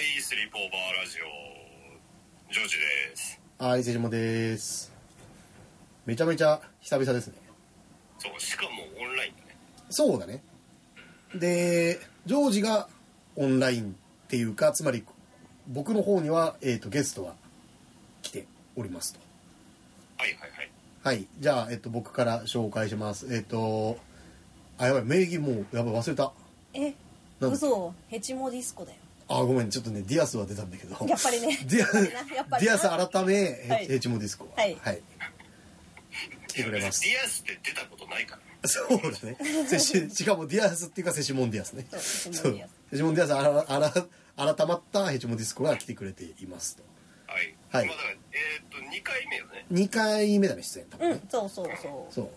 い、スリープオーバーラジオ、ジョージです。 はい、瀬島です。めちゃめちゃ久々ですね。 そう、しかもオンラインだね。 そうだね。で、ジョージがオンラインっていうか、つまり僕の方には、ゲストが来ておりますと。 はいはいはい。 はい、じゃあ、僕から紹介します。やばい、名義もう、やばい、忘れた。 嘘、ヘチモディスコだよ。 ごめん、ちょっとね、ディアスは出たんだけど。 やっぱりね。 ディアス改め、 はい、 ヘチモディスコ。 はい。 はい。来てくれます。 ディアスって出たことないから。 そうだね。しかもディアスっていうかセシモンディアスね。 そう、 セシモンディアス改まったヘチモディスコが来てくれていますと。 はい。 はい。 まあだから、2回目よね。 2回目だね、出演多分ね。 うん、そう。 そう。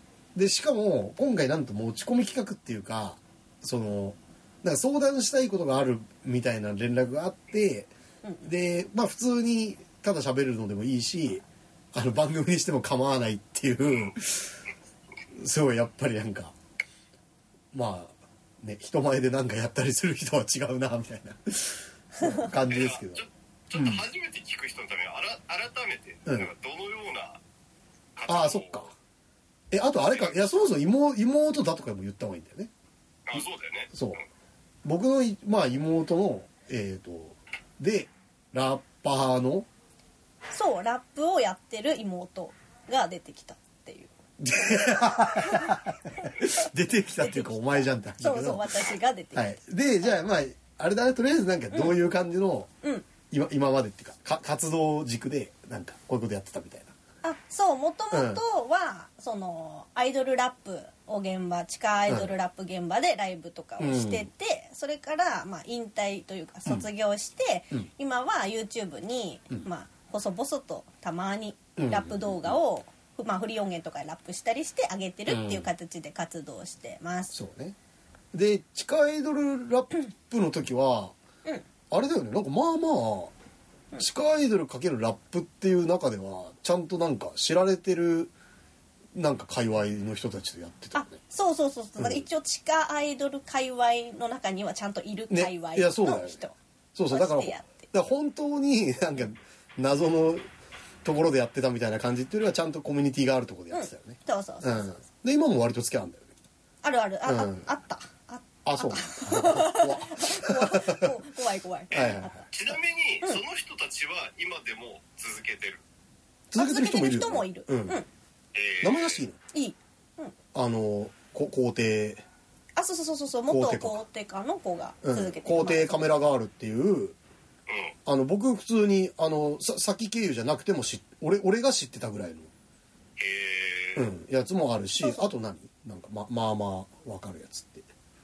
で、しかも、今回なんと持ち込み企画っていうか、なんか相談したいことがあるみたいな連絡があって、で、まあ普通にただ喋るのでもいいし、番組にしても構わないっていう、すごいやっぱりなんか、まあ、ね、人前でなんかやったりする人は違うな、みたいな感じですけど。 ちょっと初めて聞く人のために改めて、なんかどのような活動を。 ああ、そっか。あとあれか、いや、そもそも妹だとかも言った方がいいんだよね。 あ、そうだよね。 そう。僕の、まあ妹の、で、ラッパーの、 そう、ラップをやってる妹が出てきたっていう。 出てきたっていうかお前じゃんって話だけど。 そう、私が出てきた。 はい。で、じゃあまあ、あれだね、とりあえずなんかどういう感じの、今までっていうか、活動軸で、なんかこういうことやってたみたいな。 そう、もともとは、アイドルラップを地下アイドルラップ現場でライブとかをしてて、それから、まあ、引退というか卒業して、今は YouTube に、まあ、細々とたまにラップ動画を、まあ、フリー音源とかでラップしたりして上げてるっていう形で活動してます。 そうね。で、地下アイドルラップの時は、あれだよね、なんかまあまあ、地下アイドルかけるラップっていう中ではちゃんとなんか知られてるなんか界隈の人たちとやってたよね。 そう、だから一応地下アイドル界隈の中にはちゃんといる界隈の人、 そうだから本当になんか謎のところでやってたみたいな感じっていうよりはちゃんとコミュニティがあるところでやってたよね。 そう、 で今も割と付き合うんだよね。 あるあった。 そう怖い、 ちなみに、その人たちは今でも続けてる人もいる。 名前出していいの？ いい。 皇帝。 そう元皇帝家の子が続けてる。 皇帝カメラガールっていう、僕普通に先経由じゃなくても俺が知ってたぐらいのやつもあるし、あとなんかまあわかるやつって。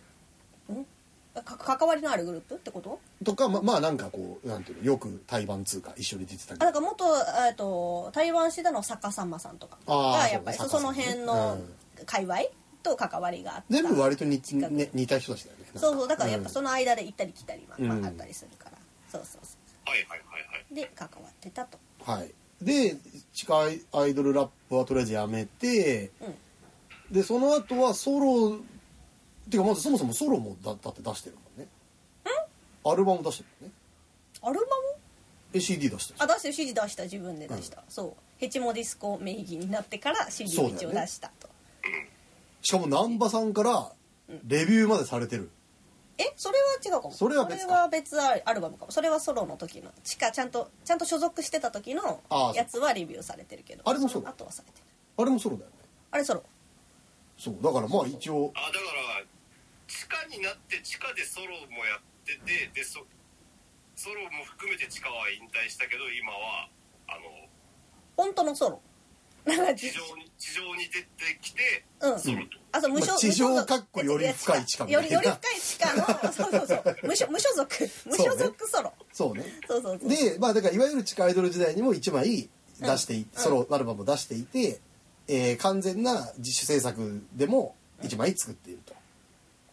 関わりのあるグループってこととか、まあなんかこうなんていうの、よく対バン通貨一緒に出てたり、 なんか元対バンしてたの坂さんまさんとかがやっぱりその辺の界隈と関わりがあった。 全部割と似た人たちだよね。 そうだからやっぱその間で行ったり来たりあったりするから、そうはいで関わってたと。 はいで地下アイドルラップはとりあえずやめて、でその後はソロてかまずそもそもソロもだって出してるもんね。アルバム出してるもんね。 アルバム ？CD 出した。 出してる。CD 出した。自分で出した。そうヘチモディスコ名義になってから CD を一応出したと。 しかも南波さんからレビューまでされてる。 それは違うかも。 それは別アルバムかも。それはソロの時のちゃんと所属してた時のやつはレビューされてるけど、 あれもソロ。 あとはされてる。 あれもソロだよね。 あれソロ。 そうだからまあ一応。 だから地下になって地下でソロもやってて、でソロも含めて地下は引退したけど今は本当のソロ。 地上に出てきてソロと。 そう無所地上かっこより深い地下みたいな。 より深い地下のそう無所属ソロ。 そうね。 そうでまあだからいわゆる地下アイドル時代にも1枚出してソロアルバムを出していて、完全な自主制作でも1枚作っていると。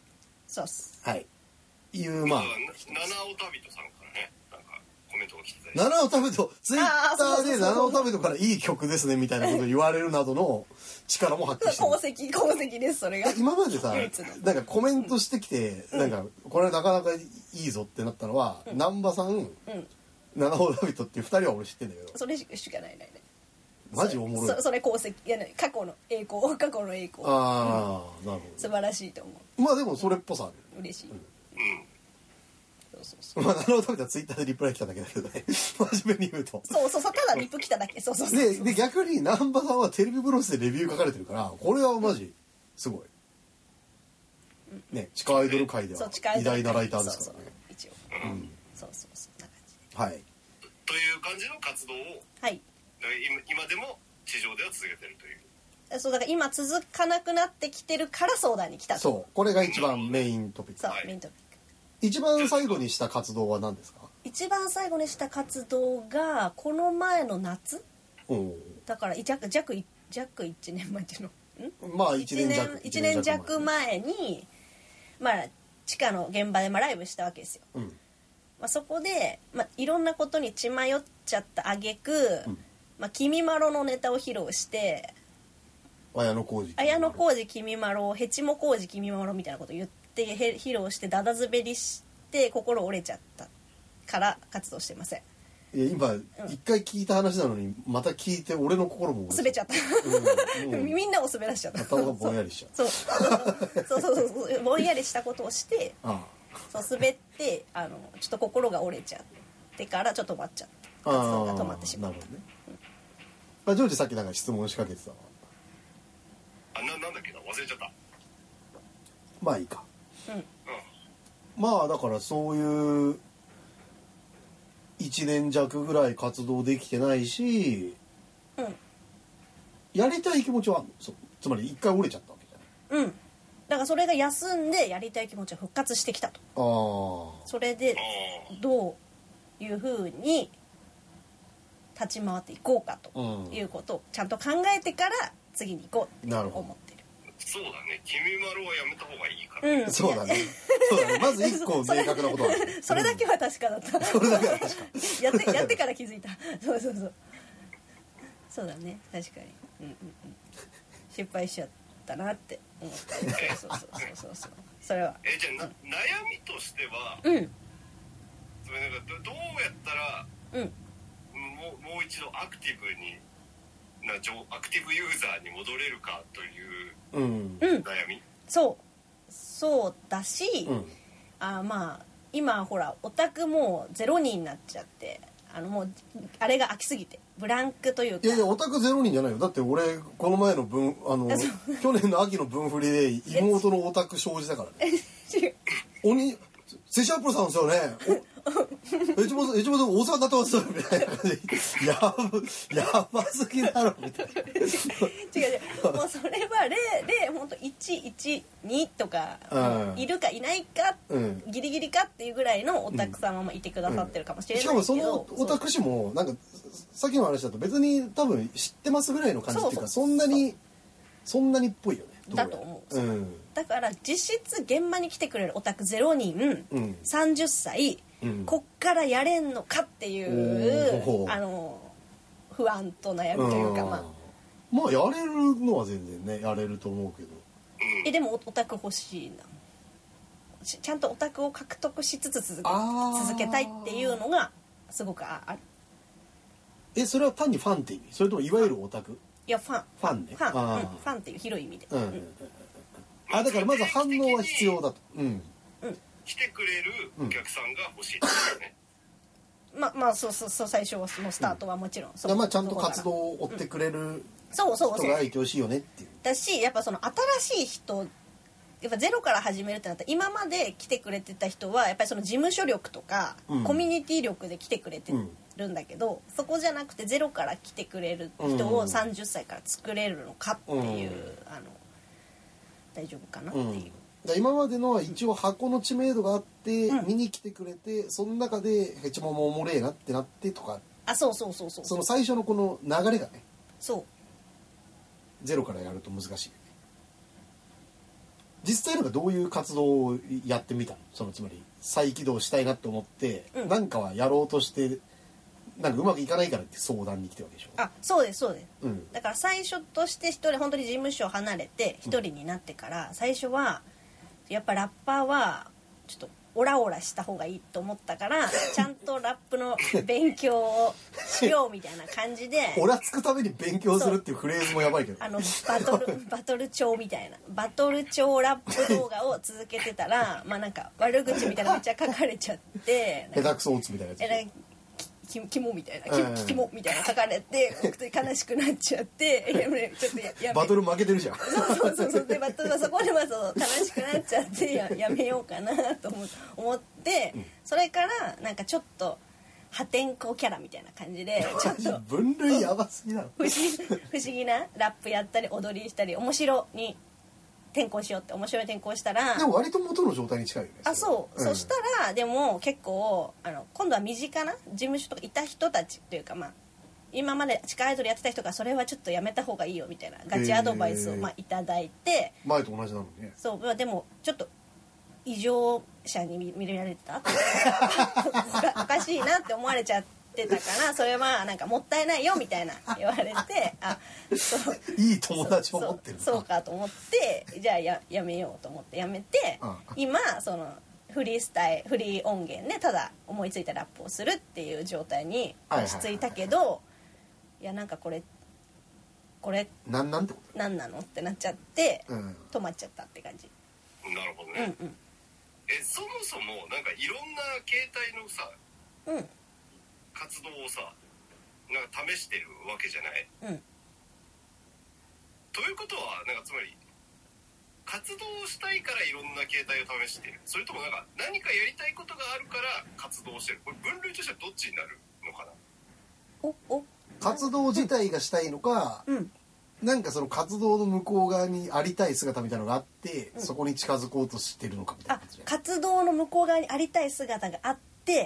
そうっす。 はい。いうまあ七尾旅人さんからねなんかコメントが来てた七尾食べとツイッターでそうそうそう七尾食べとからいい曲ですねみたいなこと言われるなどの力も発揮してる功績ですそれが。 今までさ唯一のなんかコメントしてきて、なんかこれなかなかいいぞってなったのは、難波さん、七尾ダビットっていう2人は俺知ってんだけど、 それしかないね。 マジおもろい。 それ功績いや、ね、過去の栄光。 ああ、なるほど。 素晴らしいと思まあでもそれっぽさある。 う。嬉しい。 まあ七尾ダビットはツイッターでリプライ来ただけだけどね真面目に言うと。 そうただリップ来ただけ。そうで逆に難波さんはテレビブロスでレビュー書かれてるからこれはマジすごい。ね、地下アイドル界では偉大なライターですからね。 一応。そうな感じで。 はい。 という感じの活動を、 はい。 今でも地上では続けてるという。 そうだから今続かなくなってきてるから相談に来たと。 そうこれが一番メイントピック。 そうメイントピック。 一番最後にした活動は何ですか？ 一番最後にした活動がこの前の夏。だから約1年前っていうの。 まあ1年弱前に、まあ、地下の現場でライブしたわけですよ。まあ、そこで、いろんなことに血迷っちゃった挙句、君まろのネタを披露して綾小路君まろヘチモ工事君まろみたいなこと言って披露してダダ滑りして心折れちゃったから活動してません。 いや今一回聞いた話なのにまた聞いて俺の心も滑っちゃった、みんなを滑らしちゃった。 頭がぼんやりしちゃう。 そうぼんやりしたことをしてそう滑ってちょっと心が折れちゃってからちょっと止まっちゃった活動が止まってしまう。 なるほどね。ジョージさっきなんか質問仕掛けてたわ。 なんだっけな忘れちゃった。 まあいいか。まあだからそういう1年弱ぐらい活動できてないし、やりたい気持ちはあるの？つまり一回折れちゃったわけじゃない。 だからそれが休んでやりたい気持ちが復活してきたと。それでどういうふうに立ち回っていこうかということをちゃんと考えてから次に行こうって思ってる。 そうだね。君まろはやめた方がいいから。 そうだね。まず一個明確なことはそれだけは確かだった。 それだけは確か。 やってから気づいた。そうだね。確かに。失敗しちゃったなって思った。そう。それは。 じゃあ悩みとしては、それなんかどうやったら、もう一度アクティブユーザーに戻れるかという悩み。そうだし、まあ今ほらオタクも0人になっちゃってもうあれが飽きすぎてブランクというか。 いやオタク0人じゃないよ。だって俺この前の去年の秋の分振りで妹のオタク生じたからね。セシャープロさんですよね。エチモさん大阪になってますよみたいな感じ。やばすぎだろみたいな。 違うもうそれは例本当112とか、いるかいないか、ギリギリかっていうぐらいのオタクさんはいてくださってるかもしれないけど、 しかもそのオタク氏もなんかさっきの話だと別に多分知ってますぐらいの感じっていうか、そんなにっぽいよね。 だと思う。だから実質現場に来てくれるオタク0人、30歳、こっからやれんのかっていう不安と悩みというか、 まあやれるのは全然ねやれると思うけど。 でもオタク欲しいな。ちゃんとオタクを獲得しつつ続けたいっていうのがすごくある。 それは単にファンって意味？それともいわゆるオタク？ いやファンね。 ファンっていう広い意味で。 だからまず反応は必要だと。 来てくれるお客さんが欲しいですよね。 まあそう最初はそのスタートはもちろん。 まあちゃんと活動を追ってくれる人がいてほしいよねっていう。 だしやっぱその新しい人。やっぱゼロから始めるってなったら今まで来てくれてた人はやっぱりその事務所力とか、コミュニティ力で来てくれてるんだけど、そこじゃなくてゼロから来てくれる人を30歳から作れるのかっていう、大丈夫かなっていう。 今までのは一応箱の知名度があって、見に来てくれてその中でヘチマもおもれえなってなってとか。 そうその最初のこの流れがね。ゼロからやると難しい。実際なんかどういう活動をやってみたの？つまり再起動したいなと思って、なんかはやろうとしてなんかうまくいかないからって相談に来てるわけでしょ。 あ、そうですそうです、 うん、 だから最初として一人本当に事務所離れて一人になってから、最初はやっぱラッパーはちょっとオラオラした方がいいと思ったからちゃんとラップの勉強をしようみたいな感じでオラつくために勉強するっていうフレーズもやばいけど、 バトル調みたいなバトル調ラップ動画を続けてたらまあなんか悪口みたいなめっちゃ書かれちゃって下手くそオツみたいなやつキモみたいなキモみたいな書かれて悲しくなっちゃってちょっとやめバトル負けてるじゃん。 そうでバトルはそこではそう悲しくなっちゃってやめようかなと思って、それからなんかちょっと破天荒キャラみたいな感じでちょっと分類やばすぎなの。 不思議なラップやったり踊りしたり面白に転校しようって面白い転校したらでも割と元の状態に近いよね。 あ、そう、そしたらでも結構今度は身近な事務所とかいた人たちというか、まあ今まで地下アイドルやってた人がそれはちょっとやめた方がいいよみたいなガチアドバイスをまあいただいて、 前と同じなのね。 そうでもちょっと異常者に見られてたおかしいなって思われちゃってたからそれはなんかもったいないよみたいな言われてあそういい友達を持ってるそうかと思ってじゃあやめようと思ってやめて、今そのフリー音源でただ思いついたラップをするっていう状態に落ち着いたけど、いやなんかこれなんてことなんなのってなっちゃって、止まっちゃったって感じ。 なるほどね、そもそもなんかいろんな形態のさ、活動をさなんか試してるわけじゃない、ということはなんかつまり活動をしたいからいろんな形態を試してる、それともなんか何かやりたいことがあるから活動してる、これ分類としてはどっちになるのかな。 活動自体がしたいのか、なんかその活動の向こう側にありたい姿みたいなのがあって、そこに近づこうとしてるのかみたいな感じ。 活動の向こう側にありたい姿があって、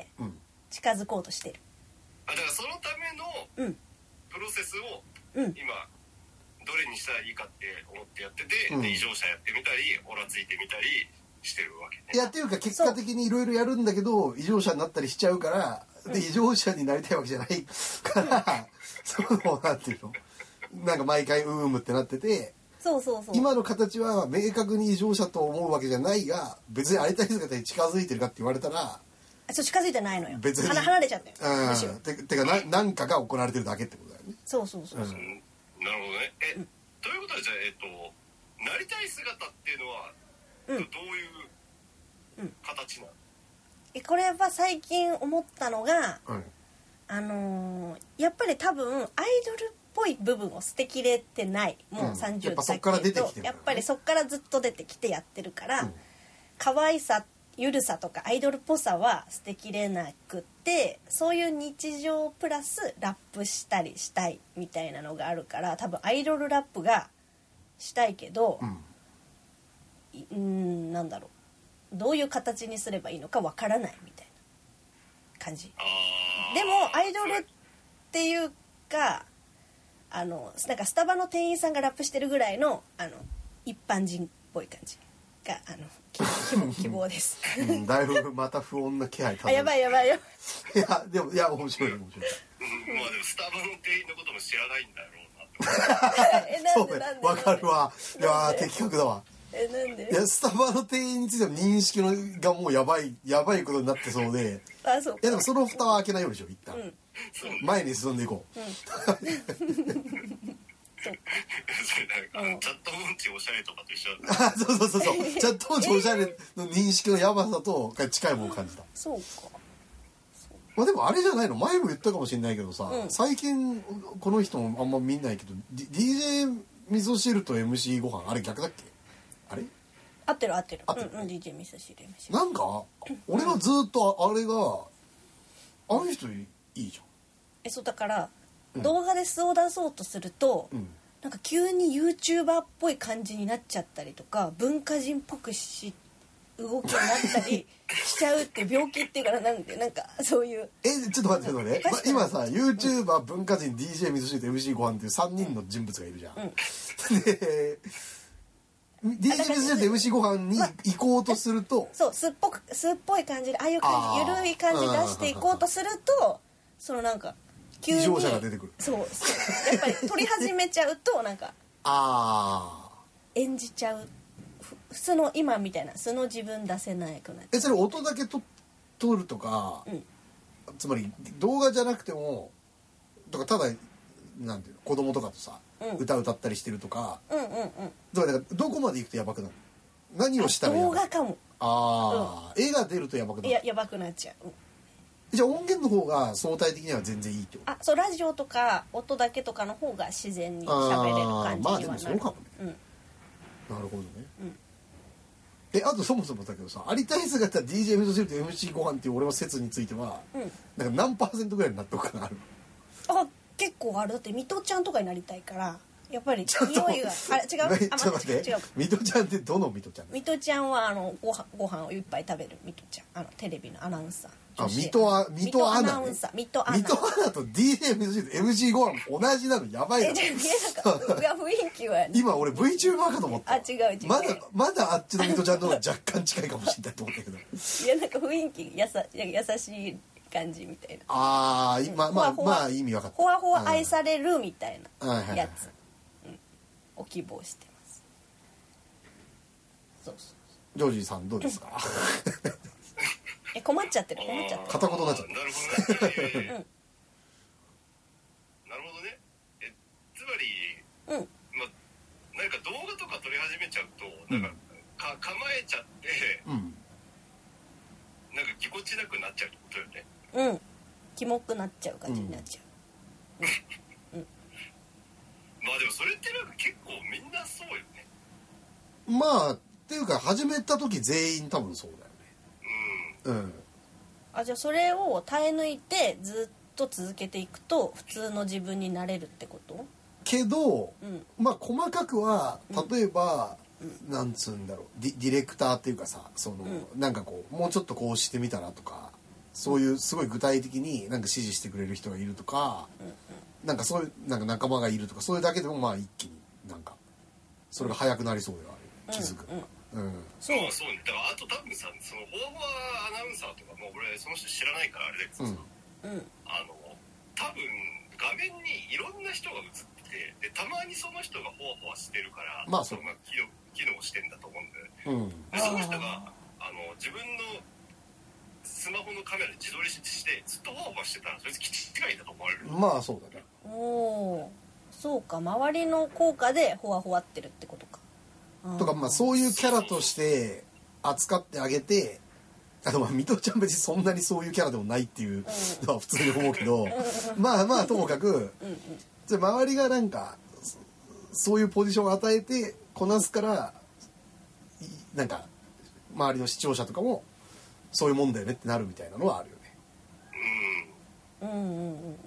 近づこうとしてる。 だからそのためのプロセスを今どれにしたらいいかって思ってやってて、で異常者やってみたりオラついてみたりしてるわけね。 いやっていうか結果的にいろいろやるんだけど異常者になったりしちゃうから、で異常者になりたいわけじゃないからそのなんていうのなんか毎回ムってなってて、 そう今の形は明確に異常者と思うわけじゃないが別にありたい姿に近づいてるかって言われたらそう近づいてないのよ。 別に離れちゃったよ。むしろてか何かが行われてるだけってことだよね。 そう、 なるほどね。ということはじゃあなりたい姿っていうのはどういう形なの？ これは最近思ったのが、やっぱり多分アイドルっぽい部分を捨てきれてない、もう30代だけど、やっぱりそっからずっと出てきてやってるから、可愛さゆるさとかアイドルっぽさは捨てきれなくて、そういう日常プラスラップしたりしたいみたいなのがあるから、多分アイドルラップがしたいけど、なんだろう、どういう形にすればいいのかわからないみたいな感じ。でもアイドルっていうかなんかスタバの店員さんがラップしてるぐらいの一般人っぽい感じが希望です、 だいぶまた不穏な気配やばいよ。いやでも面白い。 まあでもスタバの店員のことも知らないんだろうなそうだよ、わかるわ。いや的確だわ。 なんで？ いやスタバの店員についての認識がもうやばいことになってそうで。 そうか。 いやでもその蓋は開けないようにしよう一旦。前に進んでいこう。 チャットモンチおしゃれとかと一緒だった。 そうチャットモンチおしゃれの認識のやばさと近いものを感じた。 そうか。 まあでもあれじゃないの、前も言ったかもしれないけどさ、最近この人もあんま見ないけど、DJ 味噌汁と MC ご飯あれ逆だっけ？あれ？ 合ってる。DJ 味噌汁 MC。 なんか俺はずっとあれがあの人いいじゃん。 そうだから、動画で素を出そうとすると、なんか急に YouTuber っぽい感じになっちゃったりとか、文化人っぽく動きになったりしちゃうっていう病気っていうからなんかそういうちょっと待ってね、今さ YouTuber 文化人 DJ 味噌汁と MC ご飯っていう3人の人物がいるじゃん、で DJ 味噌汁と MC ご飯に行こうとすると、 そう素っぽい感じでああいう感じゆるい感じ出していこうとするとそのなんか急に異常者が出てくる。 そうやっぱり撮り始めちゃうとなんか演じちゃう素の今みたいな素の自分出せないくなっちゃう。 それ音だけ撮るとか、つまり動画じゃなくてもとかただなんていうの子供とかとさ、歌歌ったりしてるとか、だからどこまで行くとやばくなる？何をしたらやばい？ 動画かも。 絵が出るとやばくなる。 いややばくなっちゃう。 じゃあ音源の方が相対的には全然いいってこと？ そうラジオとか音だけとかの方が自然に喋れる感じにはなる。 まあでもそうかもね。なるほどね。あとそもそもだけどさ、ありたい姿 DJ 味噌汁と MC ご飯っていう俺の説については、なんか何%ぐらい納得感あるの？ 結構ある。だって水戸ちゃんとかになりたいからやっぱり匂いが違う。 ちょっと待って、水戸ちゃんってどの水戸ちゃん？ 水戸ちゃんはご飯をいっぱい食べる水戸ちゃん、テレビのアナウンサー。 水戸アナね。水戸アナと DJ 味噌汁と MC ご飯同じなのやばいな。 なんか雰囲気は今俺 VTuber かと思った。 違うまだあっちの水戸ちゃんの方が若干近いかもしれないと思ったけど。 いやなんか雰囲気優しい感じみたいな。 まあ意味分かった。 ほわほわ愛されるみたいなやつを希望してます。そうジョージさんどうですか？ 困っちゃってる片言になっちゃった。 なるほどね。なるほどね。つまり、なんか動画とか撮り始めちゃうとなんか構えちゃって、なんかぎこちなくなっちゃうってことよね。 キモくなっちゃう感じになっちゃう。 まあでもそれってなんか結構みんなそうよね。 まあっていうか始めた時全員多分そうだよね。 じゃあそれを耐え抜いてずっと続けていくと普通の自分になれるってこと？ けど、まあ細かくは例えば、なんつうんだろうディレクターっていうかさ、その、なんかこうもうちょっとこうしてみたらとか、そういうすごい具体的になんか指示してくれる人がいるとか、なんかそういうなんか仲間がいるとか、そういうだけでもまあ一気になんかそれが早くなりそうではある、気づく。 そうだからあと多分さ、そのフォアフォアアナウンサーとかも俺その人知らないからあれだけどさ、多分画面にいろんな人が映ってて、でたまにその人がフォアフォアしてるから、まあその機能してんだと思うんだよね。でその人が自分のスマホのカメラで自撮りしてずっとフォアフォアしてたらそいつ気違いだと思われる。 まあそうだね。 そうか、周りの効果でフォアフォアってるってことか。 とかまあそういうキャラとして扱ってあげて、まあ水戸ちゃん別にそんなにそういうキャラでもないっていうのは普通に思うけど、まあともかく周りがなんかそういうポジションを与えてこなすから、なんか周りの視聴者とかもそういうもんだよねってなるみたいなのはあるよね。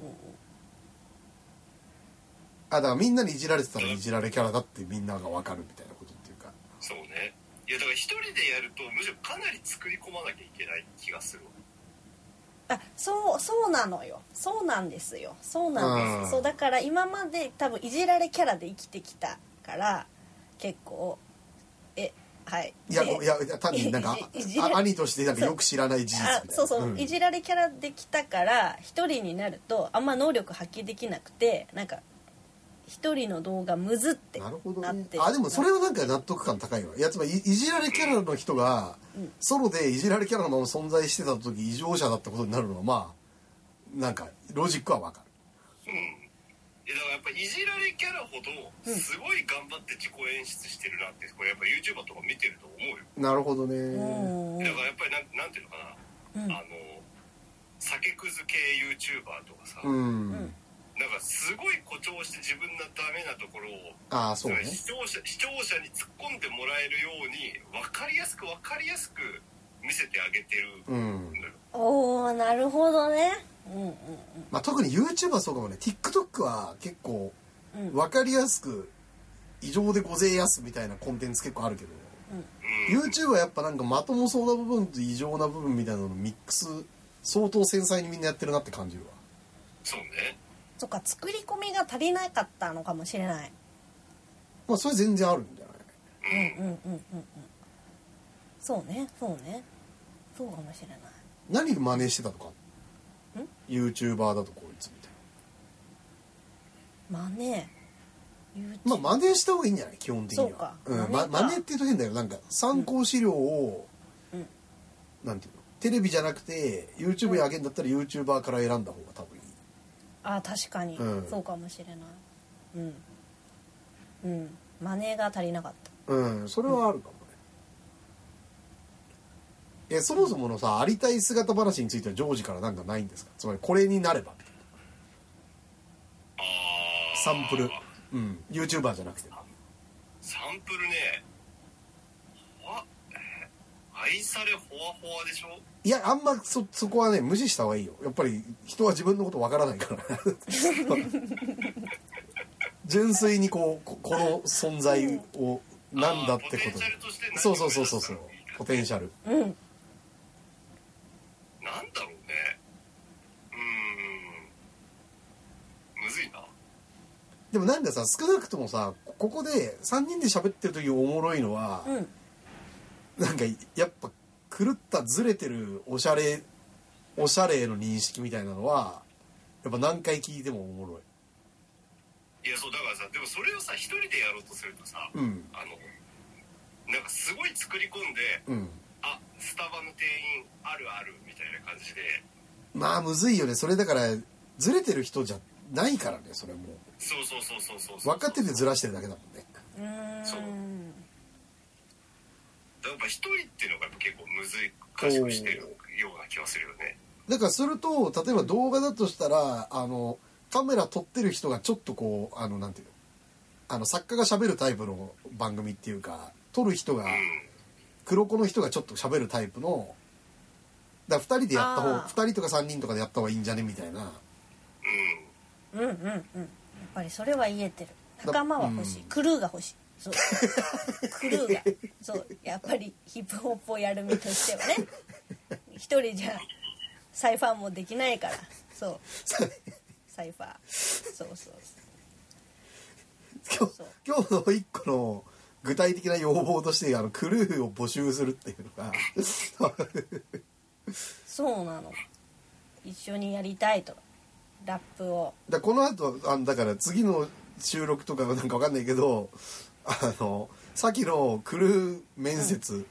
だからみんなにいじられてたらいじられキャラだってみんなが分かるみたいなことっていうか。 そうね。いやだから一人でやるとむしろかなり作り込まなきゃいけない気がするわ。 そうなのよ。そうなんですよ。そうなんです。そうだから今まで多分いじられキャラで生きてきたから結構はい。 いや単になんか兄としてなんかよく知らない事実みたいな。 そう、いじられキャラできたから一人になるとあんま能力発揮できなくて、なんか一人の動画むずってなって。なるほどね。 でもそれはなんか納得感高いわ。いやつまりいじられキャラの人がソロでいじられキャラのまま存在してた時異常者だったことになるのはまあなんかロジックはわかる。 だからやっぱいじられキャラほどすごい頑張って自己演出してるなって、これやっぱ YouTuber とか見てると思うよ。 なるほどね。 だからやっぱりなんていうのかな、酒くず系 YouTuber とかさ、なんかすごい誇張して自分のダメなところをそうね、 視聴者に突っ込んでもらえるように分かりやすく見せてあげてるんだよ。 なるほどね。 まあ、特に YouTuber はそうかもね。 TikTok は結構分かりやすく異常でごぜえやすみたいなコンテンツ結構あるけど、YouTube はやっぱなんかまともそうな部分と異常な部分みたいなののミックス相当繊細にみんなやってるなって感じるわ。 そうね。 そっか、作り込みが足りなかったのかもしれない。 まあそれ全然あるんじゃない。 そうねそうかもしれない。 何真似してたとか YouTuber だとこいつみたいな。マネまあ真似した方がいいんじゃない基本的には。 そうか、 真似って言うと変だよ。なんか参考資料を、なんていうのテレビじゃなくて YouTube に上げるんだったら YouTuber から選んだ方が多分いい。 あ確かに、そうかもしれない。マネが足りなかった。 それはあるかもね。そもそものさありたい姿話についてはジョージからなんかないんですか。つまりこれになればみたいなサンプル、YouTuber じゃなくてサンプルね。愛されほわほわでしょ。 いやあんまそこはね無視した方がいいよ。やっぱり人は自分のことわからないから純粋にこの存在をなんだってことで、そうポテンシャル、 なんだろうね。むずいな。 でもなんかさ少なくともさここで3人で喋ってる時おもろいのは、なんかやっぱ狂ったずれてるおしゃれへの認識みたいなのはやっぱ何回聞いてもおもろい。 いやそうだからさ、でもそれをさ一人でやろうとするとさ、なんかすごい作り込んで、スタバの店員あるあるみたいな感じで、 まあむずいよねそれ。だからずれてる人じゃないからねそれも。 そう分かっててずらしてるだけだもんね。 そうやっぱ一人っていうのがやっぱ結構難しくしてるような気はするよね。 だからすると例えば動画だとしたらカメラ撮ってる人がちょっとこうなんていうの作家が喋るタイプの番組っていうか撮る人が、黒子の人がちょっと喋るタイプのだから2人でやった方2人とか3人とかでやった方がいいんじゃねみたいな。 やっぱりそれは言えてる。仲間は欲しい、クルーが欲しい。そうクルーがそうやっぱりヒップホップをやる身としてはね一人じゃサイファーもできないから。そうサイファー今日の一個の具体的な要望としてクルーを募集するっていうのがそうなの。一緒にやりたいとラップをこの後だから次の収録とかなんか分かんないけどさっきのクルー面接、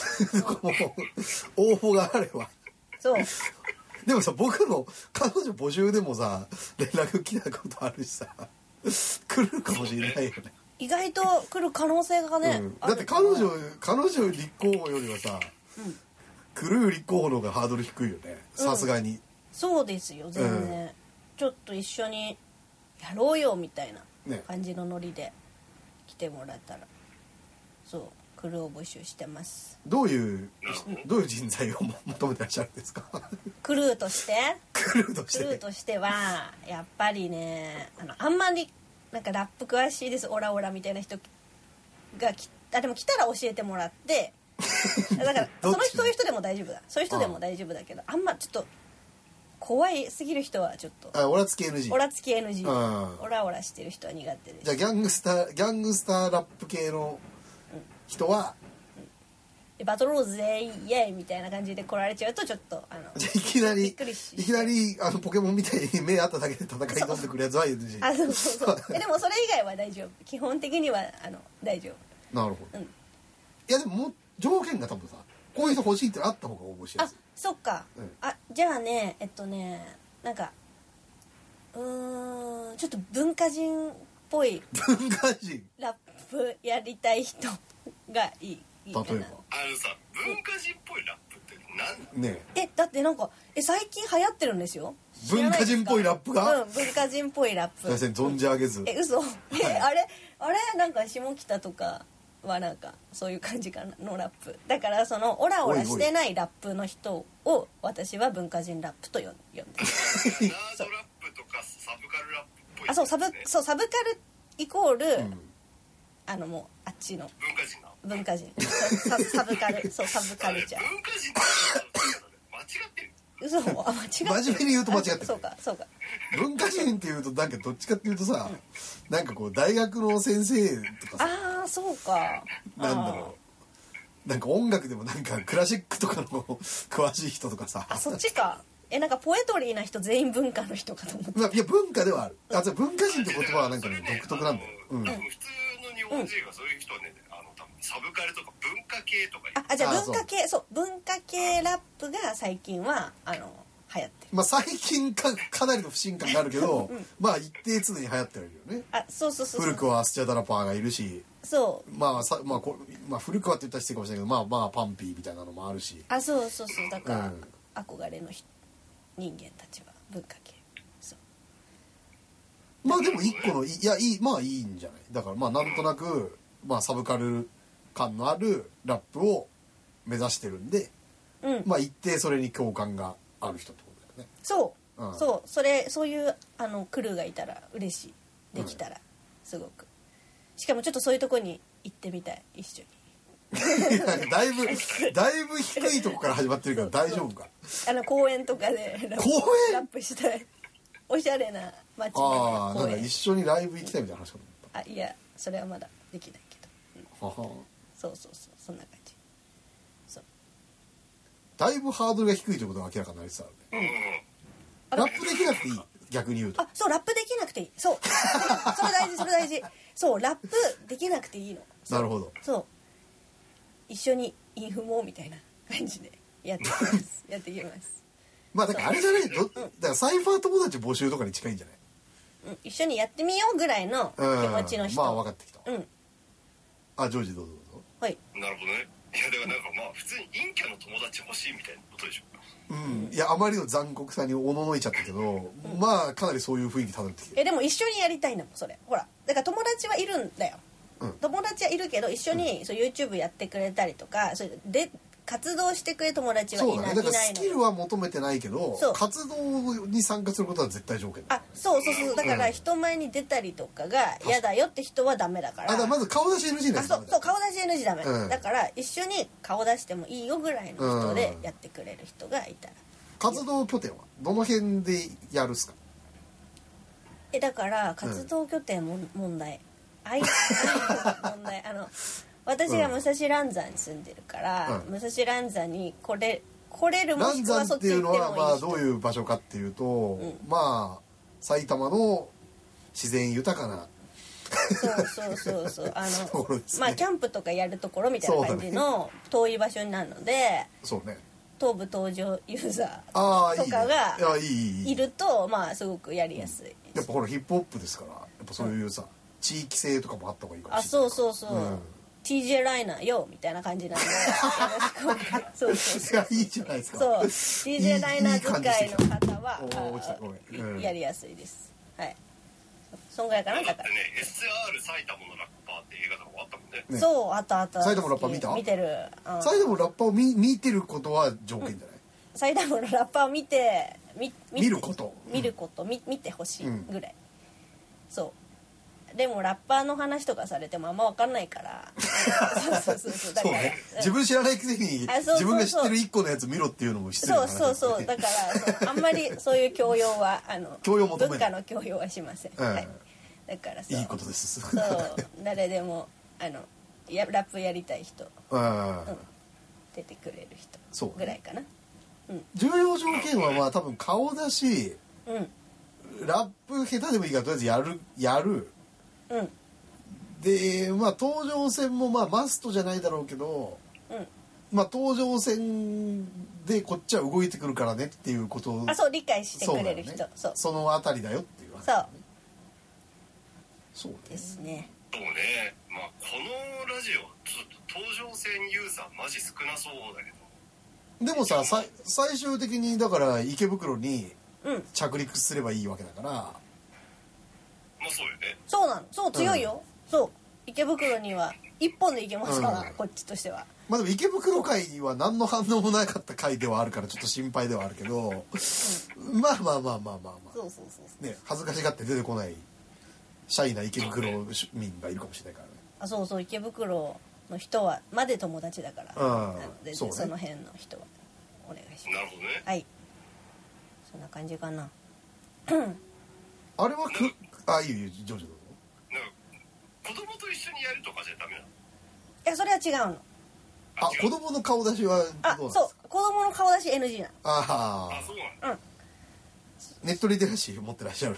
応募があればそうでもさ僕の彼女募集でもさ連絡来たことあるしさ来るかもしれないよね。 意外と来る可能性がね、 だって彼女立候補よりはさ、クルー立候補の方がハードル低いよねさすがに。 そうですよ全然、ちょっと一緒にやろうよみたいな感じのノリで来てもらったら、そうクルーを募集してます。 どういう人材を求めてらっしゃるんですかクルーとしてクルーとしてはやっぱりねあんまりなんかラップ詳しいですオラオラみたいな人がでも来たら教えてもらってだからそういう人でも大丈夫だ。そういう人でも大丈夫だけどあんまちょっと怖いすぎる人はちょっとオラつき NG オラつき NG オラオラしてる人は苦手です。 じゃあギャングスターラップ系の人は、 バトローズでイエーイみたいな感じで来られちゃうとちょっとじゃあいきなりポケモンみたいに目あっただけで戦い挑んでくるやつは NG。 そうでもそれ以外は大丈夫。基本的には大丈夫。なるほど、いやでも条件が多分さこういう人欲しいってあった方が応募しやすい。 そっか、じゃあねなんかちょっと文化人っぽいラップやりたい人がいいかな。 例えばさ文化人っぽいラップって何ねだってなんか最近流行ってるんですよ。 文化人っぽいラップが、 文化人っぽいラップ存じ上げず。 嘘あれなんか下北とかはなんかそういう感じかなのラップだからそのオラオラしてないラップの人を私は文化人ラップと呼んでるナードラップとかサブカルラップっぽい、ね、 サブカルイコール、もうあっちの文化人サブカルサブカルチャー文化人って間違ってる。 嘘間違ってる。 真面目に言うと間違ってる。 そうか文化人っていうとなんかどっちかっていうとさ、なんかこう大学の先生とかさそうかなんだろうなんか音楽でもなんかクラシックとかの詳しい人とかさそっちかなんかポエトリーな人全員文化の人かと思って。 いや文化ではある。じゃ文化人って言葉はなんかね独特なんだよ。 普通の日本人はそういう人はね、多分サブカルとか文化系とかじゃあ文化系、そう文化系ラップが最近は流行ってる。 まあ最近かなりの不信感があるけど、まあ一定常に流行ってるよね。 そう古くはスチャダラパーがいるし、 そうまあ古くはって言ったら失礼かもしれないけど、まあパンピーみたいなのもあるし。 そうだから、憧れの人間たちは文化系。 まあでも一個のまあいいんじゃない。だからまあなんとなく、まあサブカル感のあるラップを目指してるんで、まあ一定それに共感がある人ってことだよね。 そういうクルーがいたら嬉しい。できたらすごく。しかもちょっとそういうとこに行ってみたい、一緒に。 だいぶ低いとこから始まってるけど大丈夫か。 公園とかでラップしたい。おしゃれな街のなんか一緒にライブ行きたいみたいな話かと思った。いやそれはまだできないけど、そうそんな感じ。そうだいぶハードルが低いということが明らかになりつつあるね。ラップできなくていい、逆に言うと。 そうラップできなくていい。それ大事。そうラップできなくていいの。 なるほど。 そう一緒にインフモみたいな感じでやっていきますやっていきます。 まあだからあれじゃないだからサイファー友達募集とかに近いんじゃない。 一緒にやってみようぐらいの気持ちの人。 まあ分かってきた。ジョージどうぞ。 はい。なるほどね。いやだからなんかまあ普通に陰キャの友達欲しいみたいなことでしょ。 いやあまりの残酷さにおののいちゃったけど、まあかなりそういう雰囲気漂ってきて。 でも一緒にやりたいんだもんそれ。ほらだから友達はいるんだよ。友達はいるけど一緒にそう YouTube やってくれたりとか、それで活動してくれる友達はいないの。 だからスキルは求めてないけど、活動に参加することは絶対条件だ。 そうだから人前に出たりとかが嫌だよって人はダメだから。 だからまず顔出し NG だよ。 そう顔出し NG ダメ。だから一緒に顔出してもいいよぐらいの人でやってくれる人がいたら。 活動拠点はどの辺でやるっすか。 だから活動拠点も問題。問題私が武蔵蘭山に住んでるから、武蔵蘭山に来れる、もしくはそっち行ってもいい人。蘭山っていうのはまあどういう場所かっていうと、まあ埼玉の自然豊かなそうまあキャンプとかやるところみたいな感じの遠い場所になるので、 そうね、 東武東上ユーザーとかがいるとまあすごくやりやすい。 やっぱこれヒップホップですから、やっぱそういうさ、地域性とかもあった方がいいかもしれない。 そう、TJ ライナーよみたいな感じなんでそういいじゃないですか。 そう TJ ライナー使いの方はやりやすいです。はい、そんぐらいかな。だからね SR 埼玉のラッパーって映画とかもあったもんね。 そうあった埼玉のラッパー見た？ 見てる。 埼玉のラッパーを見てることは条件じゃない？ 埼玉のラッパーを見ること見てほしいぐらい。そうでもラッパーの話とかされてもあんま分かんないからそうだから、 自分知らないくせに自分が知ってる1個のやつ見ろっていうのも失礼な話。 そうだからあんまりそういう教養は文化の教養はしません。はい、だからいいことです。 そう誰でもラップやりたい人、出てくれる人ぐらいかな。 重要条件はまあ多分顔だし、ラップ下手でもいいからとりあえずやる。でまあ東上線もまあマストじゃないだろうけど、まあ東上線でこっちは動いてくるからねっていうことをそう理解してくれる人、 そのあたりだよっていう話。そうですね。 そうね。まあこのラジオちょっと東上線ユーザーマジ少なそうだけど。でもさ最終的にだから池袋に着陸すればいいわけだから。 まあそうよね。 そうなの。そう強いよ。そう池袋には一本で行けますから、こっちとしては。 まあでも池袋会は何の反応もなかった会ではあるからちょっと心配ではあるけど、まあそうね、恥ずかしがって出てこないシャイな池袋民がいるかもしれないからね。 そう池袋の人はまで友達だから、なのでその辺の人はお願いします。 なるほどね。 はい、そんな感じかな。 あれはいいよジョージどうぞ。 なんか子供と一緒にやるとかじゃダメなの？いやそれは違うの。 あ、子供の顔出しはどうなんですか？ そう子供の顔出し NG なの。 ああ、そうなんだ。 ネットリテラシー持ってらっしゃる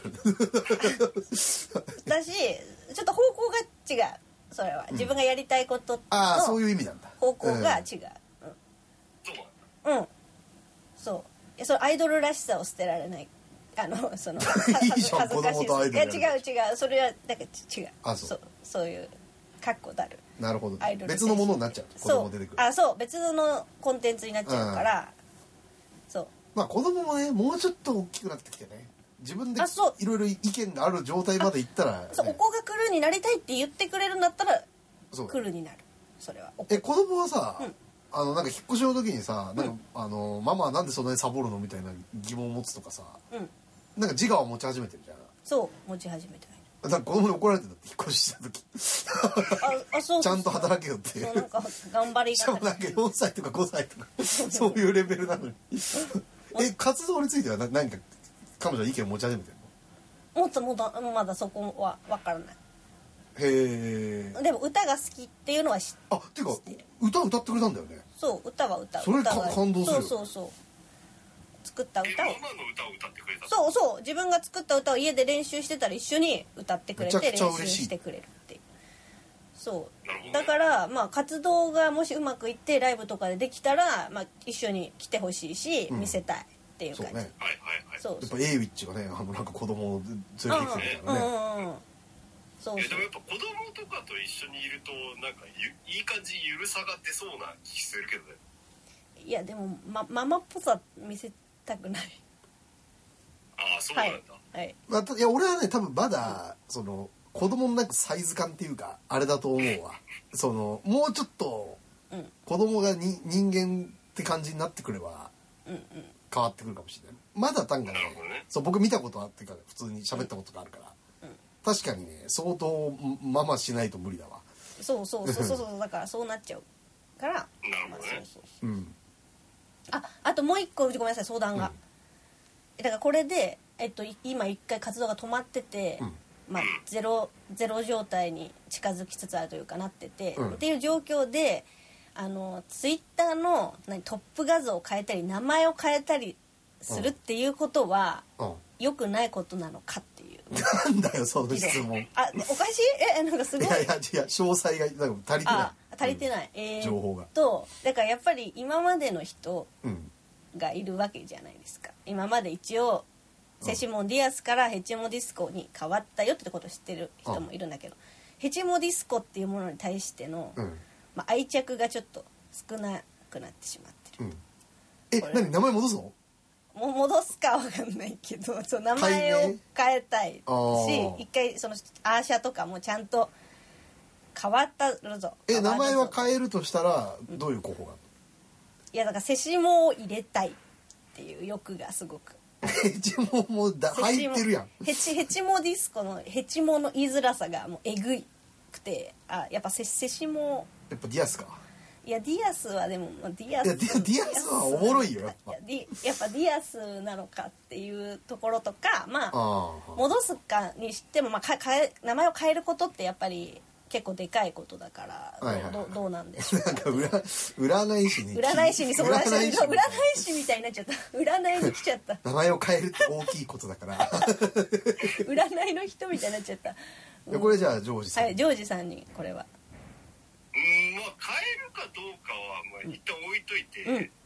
だしちょっと方向が違う。それは自分がやりたいことああ、そういう意味なんだ。 方向が違う。 そうなんだ。 うん、そう。それアイドルらしさを捨てられない。そのいいじゃん、 恥ずかしい。 子供とアイドル。 いや違う。それはだから違う。 あ、そう。 そういう確固たる。 なるほど。 アイドル別のものになっちゃう。子供出てくる。 そう別のコンテンツになっちゃうから。そう。 まあ子供もね、もうちょっと大きくなってきてね。自分でいろいろ意見がある状態までいったら、ね、 そうお子が来るになりたいって言ってくれるんだったら来るになる。それは子供はさ、なんか引っ越しの時にさ、なんかママはなんでそんなにサボるのみたいな疑問を持つとかさ、なんか自我を持ち始めてるじゃん。 そう持ち始めてだから子供に怒られてたって引っ越しした時そうちゃんと働けよってそうなんか頑張りしかもなんか4歳とか5歳とかそういうレベルなのに活動については何か彼女は意見を持ち始めてるの？ もっとまだそこは分からない。 へえ。 でも歌が好きっていうのは知ってる。 ていうか歌ってくれたんだよね。 そう歌は歌う。 それ感動する。 そう作った歌を。 ママの歌を歌ってくれた。 そう自分が作った歌を家で練習してたら一緒に歌ってくれて練習してくれるっていう。そうだからまあ活動がもしうまくいってライブとかでできたらまあ一緒に来てほしいし見せたいっていう感じ。 そうね。 そうやっぱエイウィッチがねなんか子供を連れてきてるからね。 そうでもやっぱ子供とかと一緒にいるとなんかいい感じゆるさが出そうな気するけどね。 いやでもママっぽさ見せたくない。 ああそうなんだ。 はい。 いや俺はね多分まだその子供のなんかサイズ感っていうかあれだと思うわ。そのもうちょっと子供が人間って感じになってくれば変わってくるかもしれない。まだ単価ね。そう僕見たことあってから普通に喋ったことがあるから。確かにね相当ママしないと無理だわ。 そうだからそうなっちゃうから。 なるほどね。 あともう一個ごめんなさい相談が。だからこれで今一回活動が止まってて、まあゼロ状態に近づきつつあるというかなってて、っていう状況でツイッターのトップ画像を変えたり名前を変えたりするっていうことは良くないことなのかっていう。 なんだよその質問。 おかしい？なんかすごい。 いや詳細がなんか足りてない。 足りてない。 情報が。 だからやっぱり今までの人がいるわけじゃないですか。今まで一応セシモンディアスからヘチモディスコに変わったよってことを知ってる人もいるんだけど、ヘチモディスコっていうものに対しての、愛着がちょっと少なくなってしまってる。 何名前戻すの？ 戻すかわかんないけど名前を変えたいし一回そのアーシャとかもちゃんと変わったぞ。 名前は変えるとしたらどういう候補があるの？ いやだからセシモを入れたいっていう欲がすごく。 ヘチモも入ってるやん。 ヘチモディスコのヘチモの言いづらさがもうえぐくてやっぱセシモやっぱディアスか。 いやディアスはでもディアスはおもろいよやっぱディアスなのかっていうところとか戻すかにしても名前を変えることってやっぱり結構でかいことだからどうなんでしょうか。 なんか占い師に相談して占い師みたいになっちゃった。占いに来ちゃった。 名前を変えるって大きいことだから占いの人みたいになっちゃった。 これじゃあジョージさん。 はいジョージさんにこれは。 変えるかどうかは一旦置いといて、なんか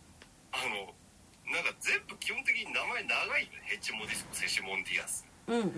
全部基本的に名前長いよね。ヘチモディスコ、セシモンディアス。この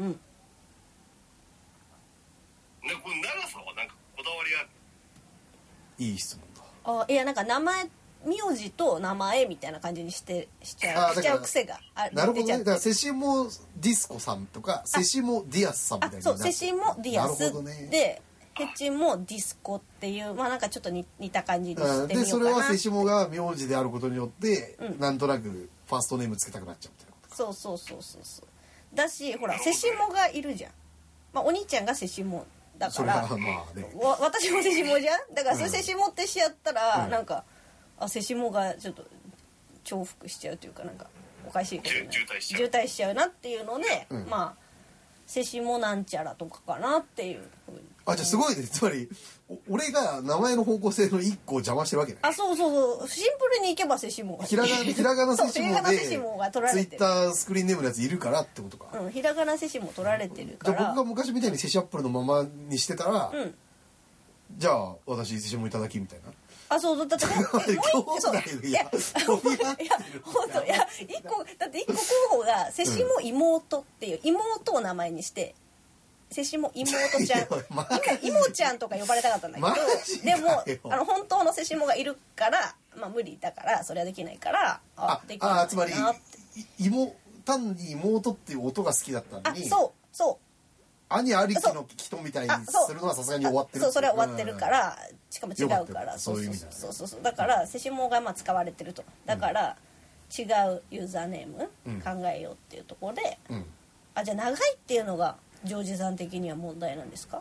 長さはなんかこだわりある？ いい質問だ。いやなんか名前名字と名前みたいな感じにしちゃう癖がある。 なるほどね。だからセシモディスコさんとかセシモディアスさんみたいな。 そうセシモディアスで。ヘチもディスコっていうなんかちょっと似た感じにしてみようかな。 でそれはセシモが名字であることによって、なんとなくファーストネームつけたくなっちゃうみたいなことか。 そうだしほらセシモがいるじゃん。お兄ちゃんがセシモだから私もセシモじゃん。だからそれセシモってしちゃったら、なんかセシモがちょっと重複しちゃうというかなんかおかしいことに渋滞しちゃうなっていうので、 セシモなんちゃらとかかなっていうふうに。 あ、じゃあすごいね。つまり俺が名前の方向性の一個を邪魔してるわけね。 あ、そうそうそう、シンプルにいけばセシモがひらがなセシモでひらがなセシモが取られてる。 ツイッタースクリーンネームのやついるからってことか。 うん、ひらがなセシモ取られてるから。 じゃあ僕が昔みたいにセシアップルのままにしてたら、じゃあ私セシモいただきみたいな。 あ、そうだってもういや本当いや一個候補がセシモ妹っていう妹を名前にして。セシモ妹ちゃん、妹ちゃんとか呼ばれたかったんだけど、でも本当のセシモがいるから、まあ無理だからそれはできないから、できないなって。 つまり単に妹っていう音が好きだったのに、 そう兄ありきの人みたいにするのはさすがに終わってる。 そう、それは終わってるから、しかも違うから、そうだからセシモがまあ使われてると、だから違うユーザーネーム考えようっていうところで、じゃあ長いっていうのがジョージさん的には問題なんですか？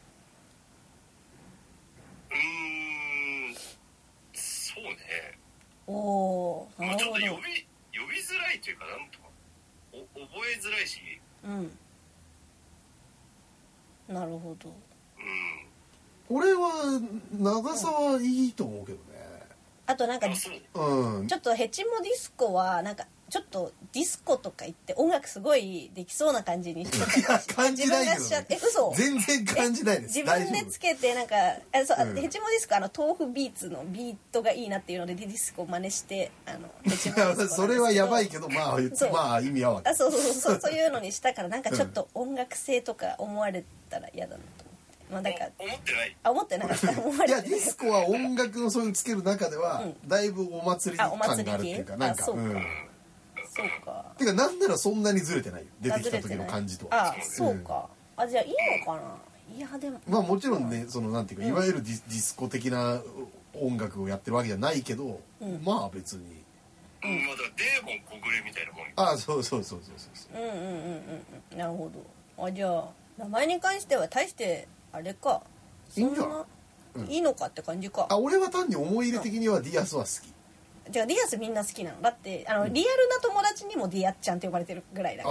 そうね。 おー、なるほど。 ちょっと呼びづらいというか、なんとか覚えづらいし。 なるほど。 俺は長さはいいと思うけどね。 あとなんかちょっとヘチモディスコはなんかちょっとディスコとか言って音楽すごいできそうな感じにしてた。 感じないけどね。 嘘。 全然感じないです。 自分でつけてなんかヘチモディスコ豆腐ビーツのビートがいいなっていうのでディスコを真似してヘチモディスコそれはやばいけどまあ意味はわかる。 そういうのにしたからなんかちょっと音楽性とか思われたら嫌だなと思って。まあだから思ってなかった。 いやディスコは音楽のそういうつける中ではだいぶお祭り感があるっていうかなんか。 そうか。 てかなんならそんなにずれてないよ。出てきた時の感じとは。 そうか。じゃあいいのかな。いやでも。 まあもちろんねそのなんていうかいわゆるディスコ的な音楽をやってるわけじゃないけど、まあ別に。 まだデーモン小暮みたいなもん。 そう。 なるほど。じゃあ名前に関しては大してあれか。 いいんじゃない？ いいのかって感じか。 俺は単に思い入れ的にはディアスは好き。 じゃあディアスみんな好きなのだってリアルな友達にもディアちゃんって呼ばれてるぐらいだから。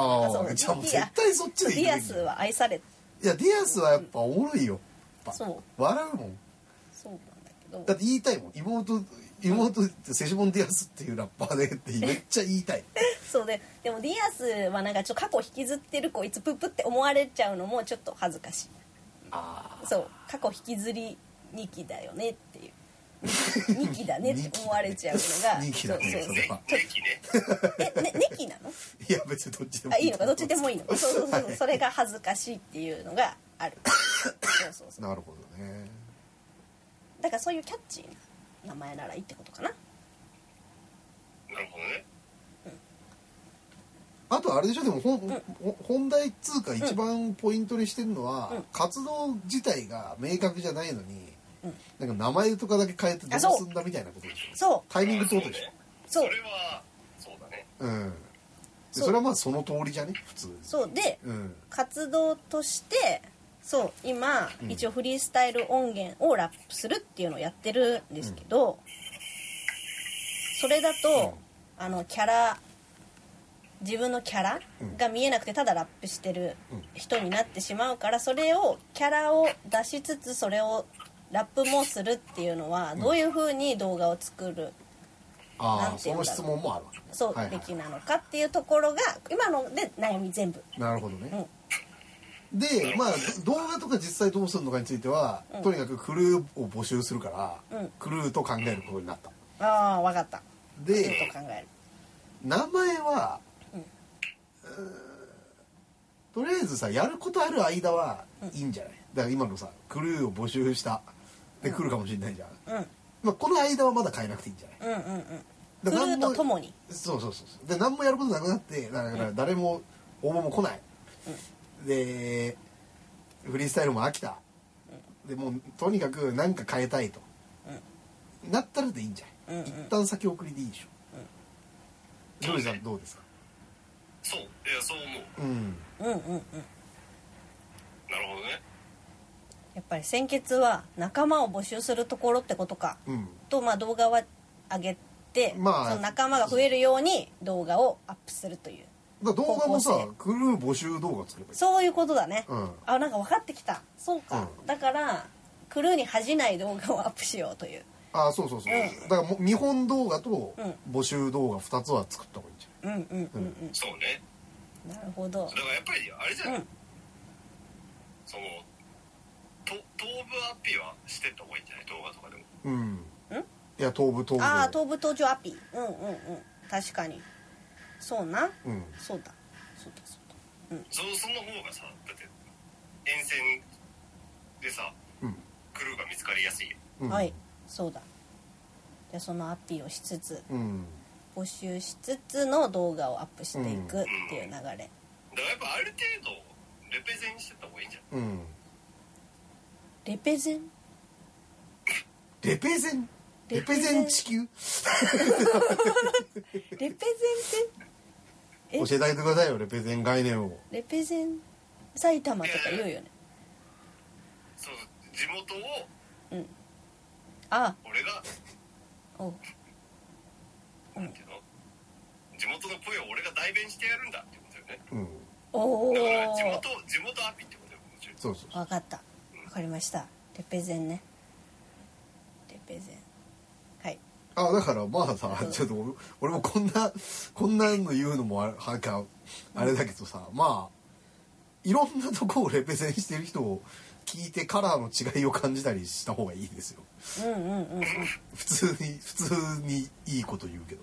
じゃあもう絶対そっちでいい。 ディアスは愛され。 いやディアスはやっぱおもろいよ。笑うもん。 そうなんだけど。 だって言いたいもん。妹ってセシモンディアスっていうラッパーでってめっちゃ言いたい。 そうでもディアスはなんかちょっと過去引きずってるこいつプップって思われちゃうのもちょっと恥ずかしい。そう過去引きずり2期だよねっていう。2期だねって思われちゃうのが 2期だねそれは 2期なの？ いや別にどっちでもいいのかどっちでもいいの。そうそれが恥ずかしいっていうのがある。そうなるほどね。 だからそういうキャッチーな名前ならいいってことかな。 なるほどね。 あとあれでしょでも本題っつうか一番ポイントにしてるのは活動自体が明確じゃないのになんか名前とかだけ変えてどうすんだみたいなことでしょ。 そうタイミングってことでしょ。 それはそうだね。 それはまあその通りじゃね普通。 そうで、活動として今、一応フリースタイル音源をラップするっていうのをやってるんですけど、それだと、キャラ自分のキャラが見えなくてただラップしてる人になってしまうから、それをキャラを出しつつそれをラップもするっていうのはどういう風に動画を作る、 なんていうんだろう、その質問もあるわけ。 べきなのかっていうところが今ので悩み全部。 なるほどね。でまあ動画とか実際どうするのかについては、とにかくクルーを募集するから、クルーと考えることになった。 分かった。 でクルーと考える。 名前は、とりあえずさやることある間はいいんじゃない。だから今のさクルーを募集したで来るかもしれないじゃん。まあこの間はまだ変えなくていいんじゃない。 クルーとともに。 そうで何もやることなくなってだから誰も応募も来ない。でフリースタイルも飽きた。でもうとにかく何か変えたいと。なったらでいいんじゃない。一旦先送りでいいでしょ。ジョージさんどうですか。 そう思う。なるほどね。 やっぱり先決は仲間を募集するところってことか、とまあ動画は上げて、その仲間が増えるように動画をアップするという。 だ動画もさクルー募集動画作ればいい。 そういうことだね、 うん、 あなんか分かってきた。そうか、うん、だからクルーに恥じない動画をアップしようという。 あそうそうそう、うん、だからもう見本動画と募集動画2つは作った方がいいんじゃん。 そうね。 なるほど。 だからやっぱりあれじゃん、その頭部アピはしてった方がいいんじゃない、動画とかでも。 いや頭部登場。 頭部登場アピ、確かにそうな、そうだ、 その方がさ、だって沿線でさ、クルーが見つかりやすいよ。 はい、そうだ。でそのアピをしつつ、募集しつつの動画をアップしていくっていう流れ、だからやっぱある程度レペゼンしてった方がいいんじゃん。 レペゼンレペゼンレペゼン地球レペゼンって教えてあげてくださいよ、レペゼン概念を。 レペゼン埼玉とか言うよね。 そう地元を俺がなんていうの、地元の声を俺が代弁してやるんだってことよね。だから地元アピってことよ。 そうそう。 分かった、分かりました。レペゼンね。レペゼン。はい。 だからまあさ、ちょっと俺もこんなの言うのもあれだけどさ、まあいろんなとこをレペゼンしてる人を聞いてカラーの違いを感じたりした方がいいですよ。普通にいいこと言うけど、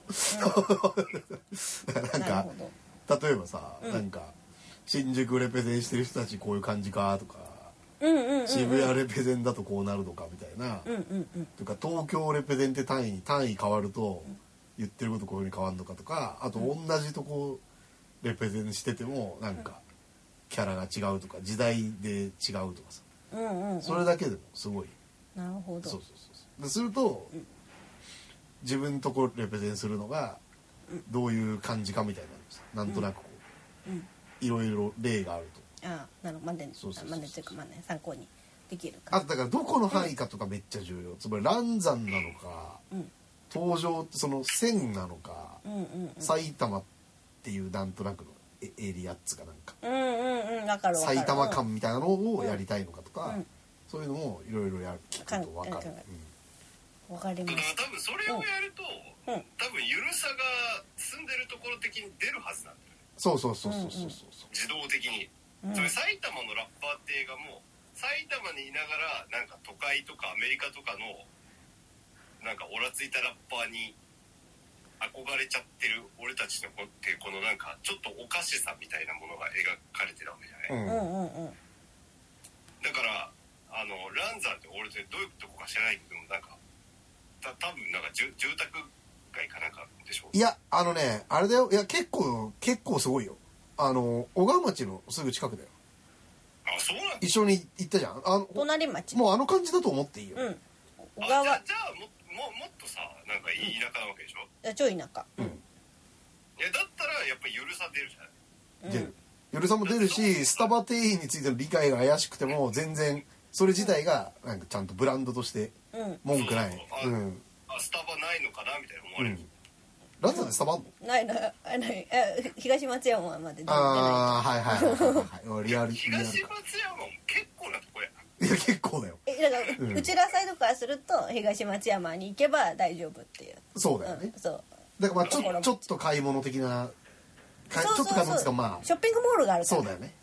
なんか例えばさ、なんか新宿レペゼンしてる人たちこういう感じかとか、渋谷レペゼンだとこうなるのかみたいな、とか東京レペゼンって単位変わると言ってることこういう風に変わるのかとか、あと同じとこレペゼンしててもなんかキャラが違うとか時代で違うとかさ、それだけでもすごい。 なるほど。 そうすると、自分とこレペゼンするのがどういう感じかみたいな、なんとなくこう、いろいろ例があると。 なるほど。まねというか参考にできるか。 だからどこの範囲かとかめっちゃ重要。つまり嵐山なのか、東条その線なのか、埼玉っていうなんとなくのエリアっつかなんか、埼玉感みたいなのをやりたいのかとか、そういうのもいろいろ聞くと分かる。 わかります。 多分それをやると、多分ゆるさが住んでるところ的に出るはずなんだよね。 そう自動的に。それ埼玉のラッパーって映画も埼玉にいながらなんか都会とかアメリカとかのなんかオラついたラッパーに憧れちゃってる俺たちの子っていうこのなんかちょっとおかしさみたいなものが描かれてるわけじゃない。だから嵐山って俺ってどういうとこか知らないけどなんか多分なんか住宅街かなんかでしょ。 いやあれだよ。いや結構すごいよ。小川町のすぐ近くだよ。 そうなんだ。 一緒に行ったじゃん。 隣町。 もう感じだと思っていいよ。 小川。 じゃあもっとさなんかいい田舎なわけでしょ。 超田舎。いやだったらやっぱりゆるさ出るじゃない。 出る。ゆるさも出るし、スタバ店員についての理解が怪しくても全然それ自体がなんかちゃんとブランドとして文句ない。 スタバないのかなみたいな思われる。 ランザでスタバあんの？ ない東松山まで。 はいリアル。 東松山も結構なとこや。 いや結構だよ。 だからうちらサイドからすると東松山に行けば大丈夫っていう。 そうだよね。 そうだからちょっと買い物的な、ちょっと買い物ですか、まあショッピングモールがあるから。 そうだよね。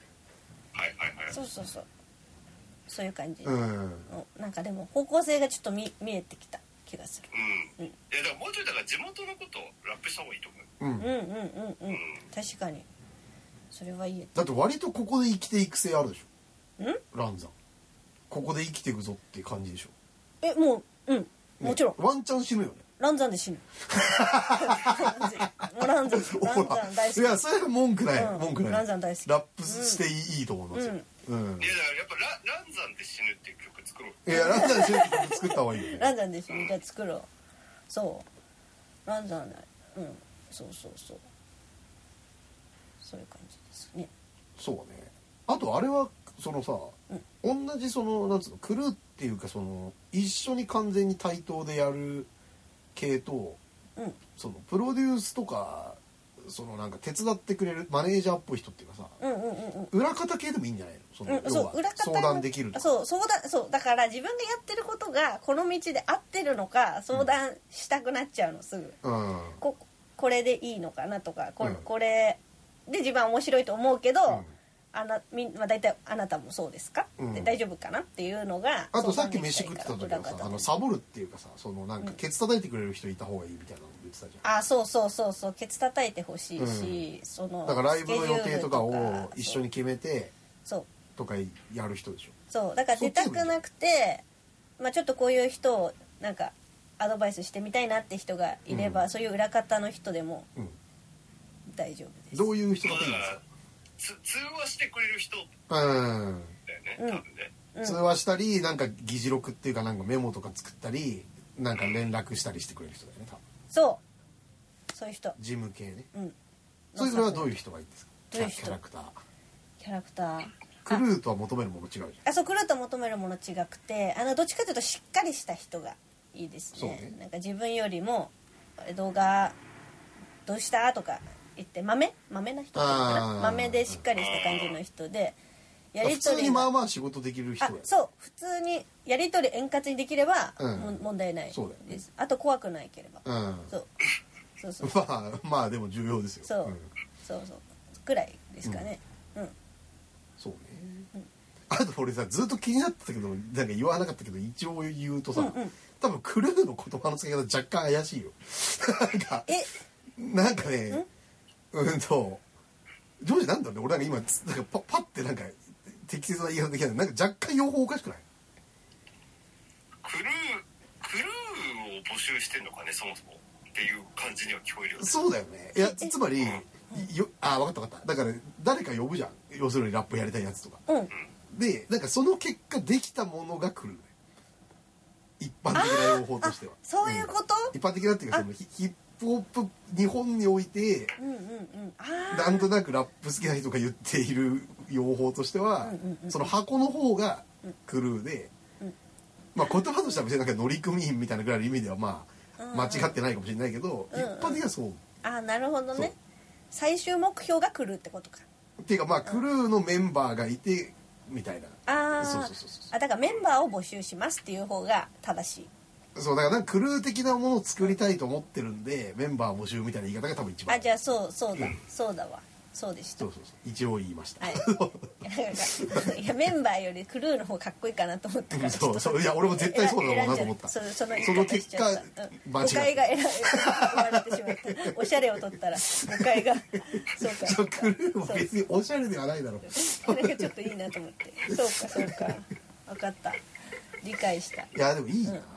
そういう感じ。なんかでも方向性がちょっと見えてきた気がする。 いやだからもうちょいだから地元のことをラップした方がいいと思う。 確かにそれはいい。 だって割とここで生きていく性あるでしょ。嵐山ここで生きていくぞっていう感じでしょ。 もちろんワンチャン死ぬよね。 嵐山で死ぬ。嵐山大好き。 いやそれは文句ない。 嵐山大好き。 ラップしていいと思いますよ。いやだからやっぱ嵐山で死ぬっていう曲作ろう。 いや嵐山で死ぬって曲作った方がいいよね。 嵐山で死ぬじゃ作ろう。そう嵐山だ。そういう感じですね。 そうね。あとあれはそのさ、同じそのなんつうのクルーっていうかその一緒に完全に対等でやる系と、そのプロデュースとかそのなんか手伝ってくれるマネージャーっぽい人っていうかさ、裏方系でもいいんじゃないの？その要は相談できるとか。 そうだから自分がやってることがこの道で合ってるのか相談したくなっちゃうのすぐ、これでいいのかなとかこれで自分は面白いと思うけど、大体あなたもそうですか、で大丈夫かなっていうのが。 あとさっき飯食ってた時はさ、サボるっていうかさ、そのなんかケツ叩いてくれる人いた方がいいみたいなの言ってたじゃん。 そうケツ叩いてほしいし、そのだからライブの予定とかを一緒に決めてとかやる人でしょ。 そうだから出たくなくて、ちょっとこういう人をなんかアドバイスしてみたいなって人がいれば、そういう裏方の人でも大丈夫です。 どういう人がいいんですか？ 通話してくれる人だよね、多分ね。 通話したり、なんか議事録っていうかなんかメモとか作ったり、なんか連絡したりしてくれる人だよね、多分。 そういう人。 事務系ね。それはどういう人がいいんですか？キャラクター。クルーとは求めるもの違うじゃん。 そう、クルーと求めるもの違くて、どっちかというとしっかりした人がいいですね。なんか自分よりも動画どうしたとか言って豆な人豆でしっかりした感じの人で、 やり取り普通に仕事できる人だよ。 そう、普通にやり取り円滑にできれば問題ないです。あと怖くないければ。そうまあでも重要ですよ。 そうくらいですかね。 そうね。あと俺さ、ずっと気になってたけど、なんか言わなかったけど一応言うとさ、多分クルーの言葉の付け方若干怪しいよ。なんかね、ジョージなんだろうね、俺なんか今なんかパッてなんか適切な言い方できない。なんか若干用法おかしくない？ クルーを募集してんのかね、そもそもっていう感じには聞こえるよね。 そうだよね。いや、つまり分かっただから誰か呼ぶじゃん、要するにラップやりたいやつとか、でなんかその結果できたものがクルーね、一般的な用法としては。 そういうこと？ 一般的なっていうか、そのヒップホップ日本においてなんとなくラップ好きな人が言っている用法としては、その箱の方がクルーで、言葉としては別になんか乗組員みたいなぐらいの意味では間違ってないかもしれないけど、一般的にはそう。 なるほどね。最終目標がクルーってことか。 っていうかクルーのメンバーがいてみたいな。 だからメンバーを募集しますっていう方が正しい。 そうだからなんかクルー的なものを作りたいと思ってるんで、メンバー募集みたいな言い方が多分一番。 じゃあそうだわ。そうでした。 一応言いました。 いやメンバーよりクルーの方かっこいいかなと思ったから。 いや俺も絶対そうだろうなと思った。その結果誤解が生まれてしまった。おしゃれを取ったら誤解が。 そうか。クルーも別におしゃれではないだろう。 なんかちょっといいなと思って。そうか。分かった。理解した。いやでもいいな。 分かった。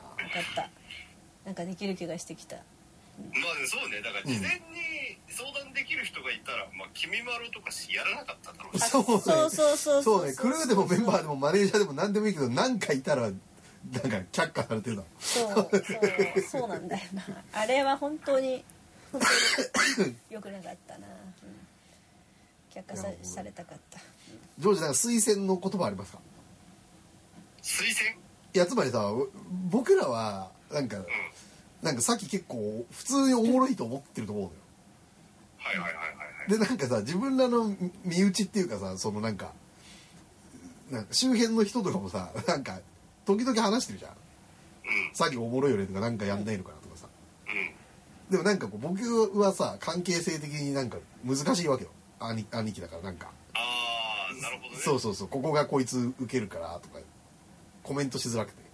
なんかできる気がしてきた。 そうね。だから事前に相談できる人がいたら、君まろとかやらなかっただろうし。 そうね。クルーでもメンバーでもマネージャーでも何でもいいけど、何かいたらなんか却下されてるだろう。そうなんだよな。あれは本当に良くなかったな。却下されたかった。 ジョージなんか推薦の言葉ありますか？ 推薦？ いやつまりさ、僕らはなんかさっき結構普通におもろいと思ってると思うのよ。でなんかさ、自分らの身内っていうかさ、そのなんか周辺の人とかもさ、なんか時々話してるじゃん。さっきおもろいよねとか、なんかやんないのかなとかさ。でもなんか僕はさ、関係性的になんか難しいわけよ。兄貴だからなんか。 なるほどね。 そう。ここがこいつ受けるからとかコメントしづらくて。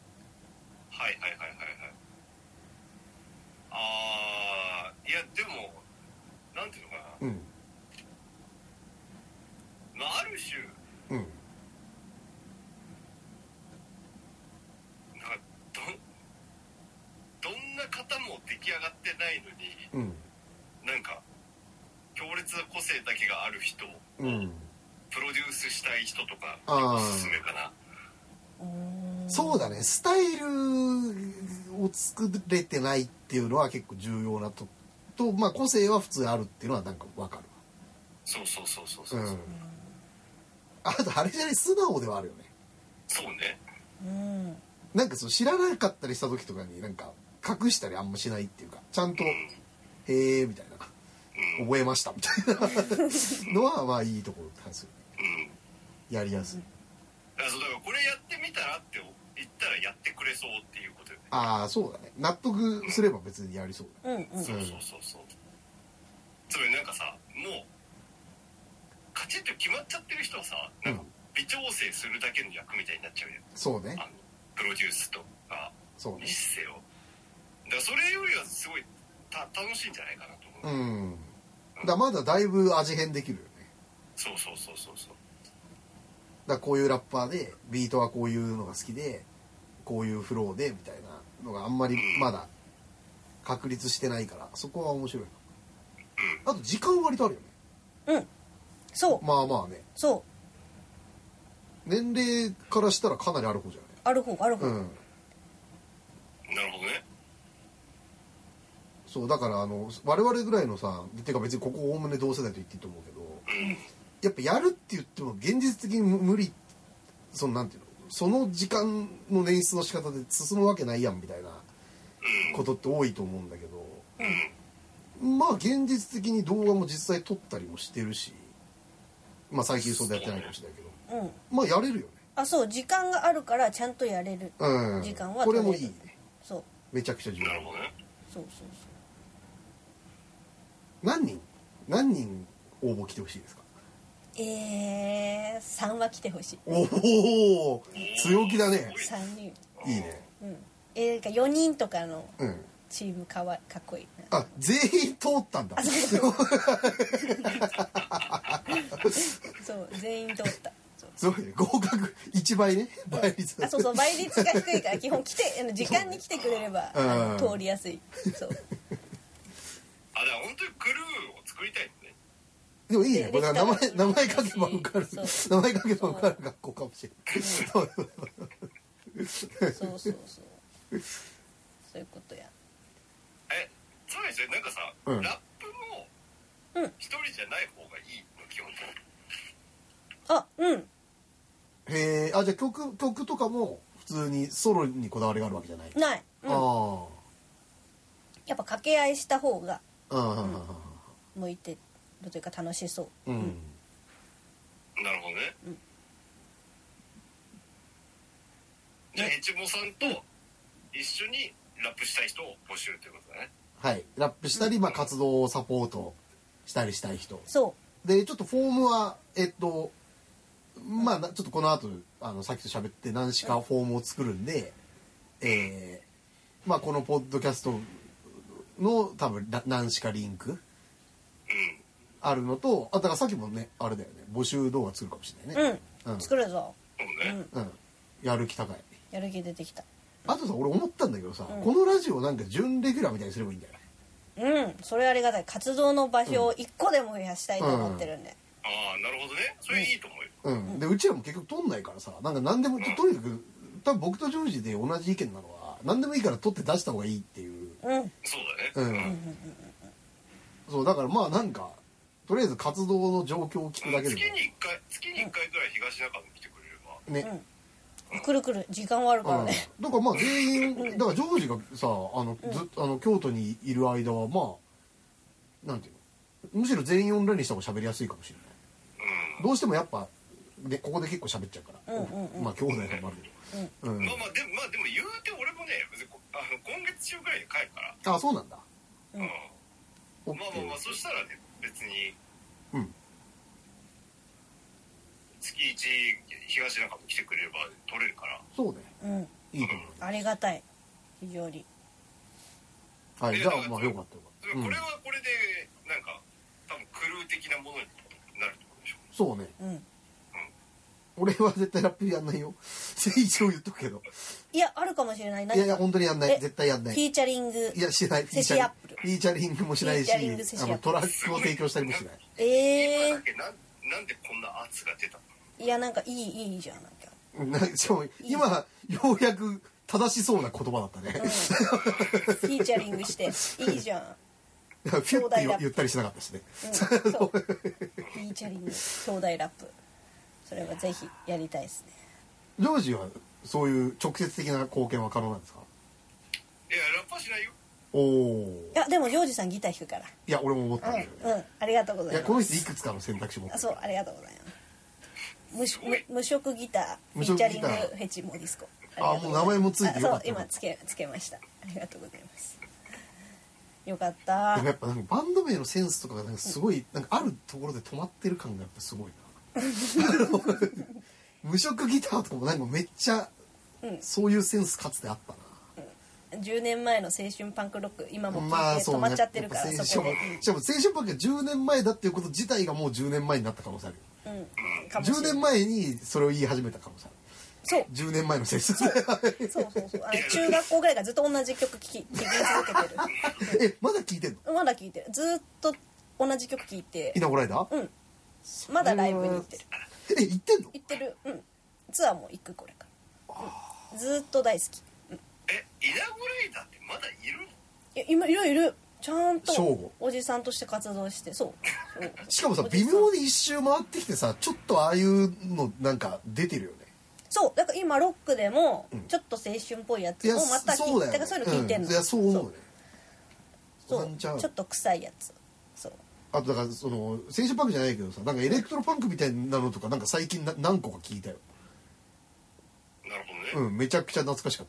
いやでもなんていうのかな、ある種、なんかどんな方も出来上がってないのに、なんか強烈な個性だけがある人をプロデュースしたい人とかおすすめかな。 そうだね、スタイルを作れてないっていうのは結構重要なと個性は普通あるっていうのはなんか分かるわ。そう、あとあれじゃない、素直ではあるよね。 そうね。 なんか知らなかったりした時とかになんか隠したりあんましないっていうか、ちゃんとへえみたいな覚えましたみたいなのはまあいいところなんですよね、やりやすい。 だからこれやってみたらって言ったらやってくれそうっていうことよね。 ああそうだね、納得すれば別にやりそうだ、 そうつまりなんかさ、もうカチッと決まっちゃってる人はさ、なんか微調整するだけの役みたいになっちゃうよ、 そうね、 プロデュースとかにせよ、だからそれよりはすごい楽しいんじゃないかなと思う。 だまだだいぶ味変できるよね。 そうだからこういうラッパーでビートはこういうのが好きでこういうフローでみたいなのがあんまりまだ確立してないから、そこは面白いな。あと時間割とあるよね。 そうまあまあね、 そう年齢からしたらかなりある方じゃない。 ある方なるほどね。 そうだから我々ぐらいのさ、っていうか別にここおおむね同世代と言っていいと思うけど、やっぱやるって言っても現実的に無理、なんていうの、その時間の捻出の仕方で進むわけないやんみたいなことって多いと思うんだけど、まあ現実的に動画も実際撮ったりもしてるし、まあ最近そうでやってないかもしれないけど、まあやれるよね。 そう時間があるからちゃんとやれる、時間はこれもいいね。 そうめちゃくちゃ重要。 なるほどね。 そう何人応募来てほしいですか。 3は来てほしい。 おお強気だね。 3人いいね。 なんか4人とかのチームかっこいいな。 あ、全員通ったんだ。 そう全員通った。 すごいね、合格1倍ね、倍率。 そう倍率が低いから基本時間に来てくれれば通りやすい。そうだから本当にクルーを作りたいのね。 でもいいね、これ名前書けば受かる、名前書けば受かる学校かもしれない。 そういうことや。 つまりなんかさ、ラップも一人じゃない方がいいの基本的に。 へえ、じゃあ曲とかも普通にソロにこだわりがあるわけじゃない。 ない。やっぱ掛け合いした方が向いてるというか楽しそう。 なるほどね。じゃあヘチモさんと一緒にラップしたい人を募集ということだね。 はい、ラップしたり、活動をサポートしたりしたい人。 そうでちょっとフォームはまあちょっとこの後さっきと喋って何しかフォームを作るんで、まあこのポッドキャストの多分何しかリンクあるのと、だからさっきもねあれだよね、募集動画作るかもしれないね。 作るぞ。 やる気高い。 やる気出てきた。 あとさ、俺思ったんだけどさ、このラジオなんか準レギュラーみたいにすればいいんだよね。 それありがたい。活動の場所を1個でも増やしたいと思ってるんで。 なるほどね。それいいと思うよ。 でうちらも結局撮んないからさ、なんか何でもとにかく多分僕とジョージで同じ意見なのは何でもいいから撮って出した方がいいっていう。 そうだね。 そうだからまあなんかとりあえず活動の状況を聞くだけでも月に1回ぐらい東中野に来てくれればね。 来る時間はあるからね。 だからまあ全員だからジョージがさずっと京都にいる間はまあなんていうの、むしろ全員オンラインにした方が喋りやすいかもしれない。どうしてもやっぱでここで結構喋っちゃうから、まあ兄弟でもあるけど、 でも言うて俺もね今月中ぐらいで帰るから。 そうなんだ。 まあそしたらね別に月1東中野来てくれれば取れるから。 そうね。いいと思う。 ありがたい。非常に。 はい、じゃあまあよかったよかった。 これはこれでなんか多分クルー的なものになるってことでしょ。 そうね。俺は絶対ラップやんないよ。一応言っとくけど。 いやあるかもしれない。 いや本当にやんない。絶対やんない。 フィーチャリング。 いやしない。 セシアップル。 フィーチャリングもしないし、トラックを提供したりもしない。 なんでこんな圧が出たの？ いやなんかいいじゃんなんか。 しかも今ようやく正しそうな言葉だったね。 フィーチャリングしていいじゃん。 フィュって言ったりしなかったしね。 そうフィーチャリング兄弟ラップ、それはぜひやりたいですね。 ジョージはそういう直接的な貢献は可能なんですか？ いやラッパーしないよ。 おお。 いやでもジョージさんギター弾くから。 いや俺も思ったんだよ、 ありがとうございます。 いやこの人いくつかの選択肢持ってる。 そうありがとうございます。無色ギターフィーチャリングフェチモディスコ。 あもう名前もついてよかった。 そう今つけました。ありがとうございます。よかった。 でもやっぱなんかバンド名のセンスとかがなんかすごい、なんかあるところで止まってる感がやっぱすごいな無色ギターとかもなんかめっちゃそういうセンスかつてあったな、 10年前の青春パンクロック今も聞いて止まっちゃってるから、そこでしかも青春パンクが10年前だっていうこと自体がもう10年前になった可能性あるよ、10年前にそれを言い始めた可能性ある。 そう 10年前のセンスそう中学校ぐらいからずっと同じ曲聴き続けてるまだ聴いてんの？ まだ聴いてる。ずっと同じ曲聴いて。 イナゴライダー？ うんまだライブに行ってる。 行ってんの？ 行ってる。ツアーも行くこれから。ずっと大好き。 イナゴライダーってまだいるの？ いや今いるちゃんとおじさんとして活動して。そうしかもさ微妙に一周回ってきてさちょっとああいうのなんか出てるよね。 そうだから今ロックでもちょっと青春っぽいやつをまた聴いて、だからそういうの聴いてんの。 いやそう思うね。 そうちょっと臭いやつ。そうあとだからその青春パンクじゃないけどさなんかエレクトロパンクみたいなのとかなんか最近何個か聞いたよ。 なるほどね。 めちゃくちゃ懐かしかった。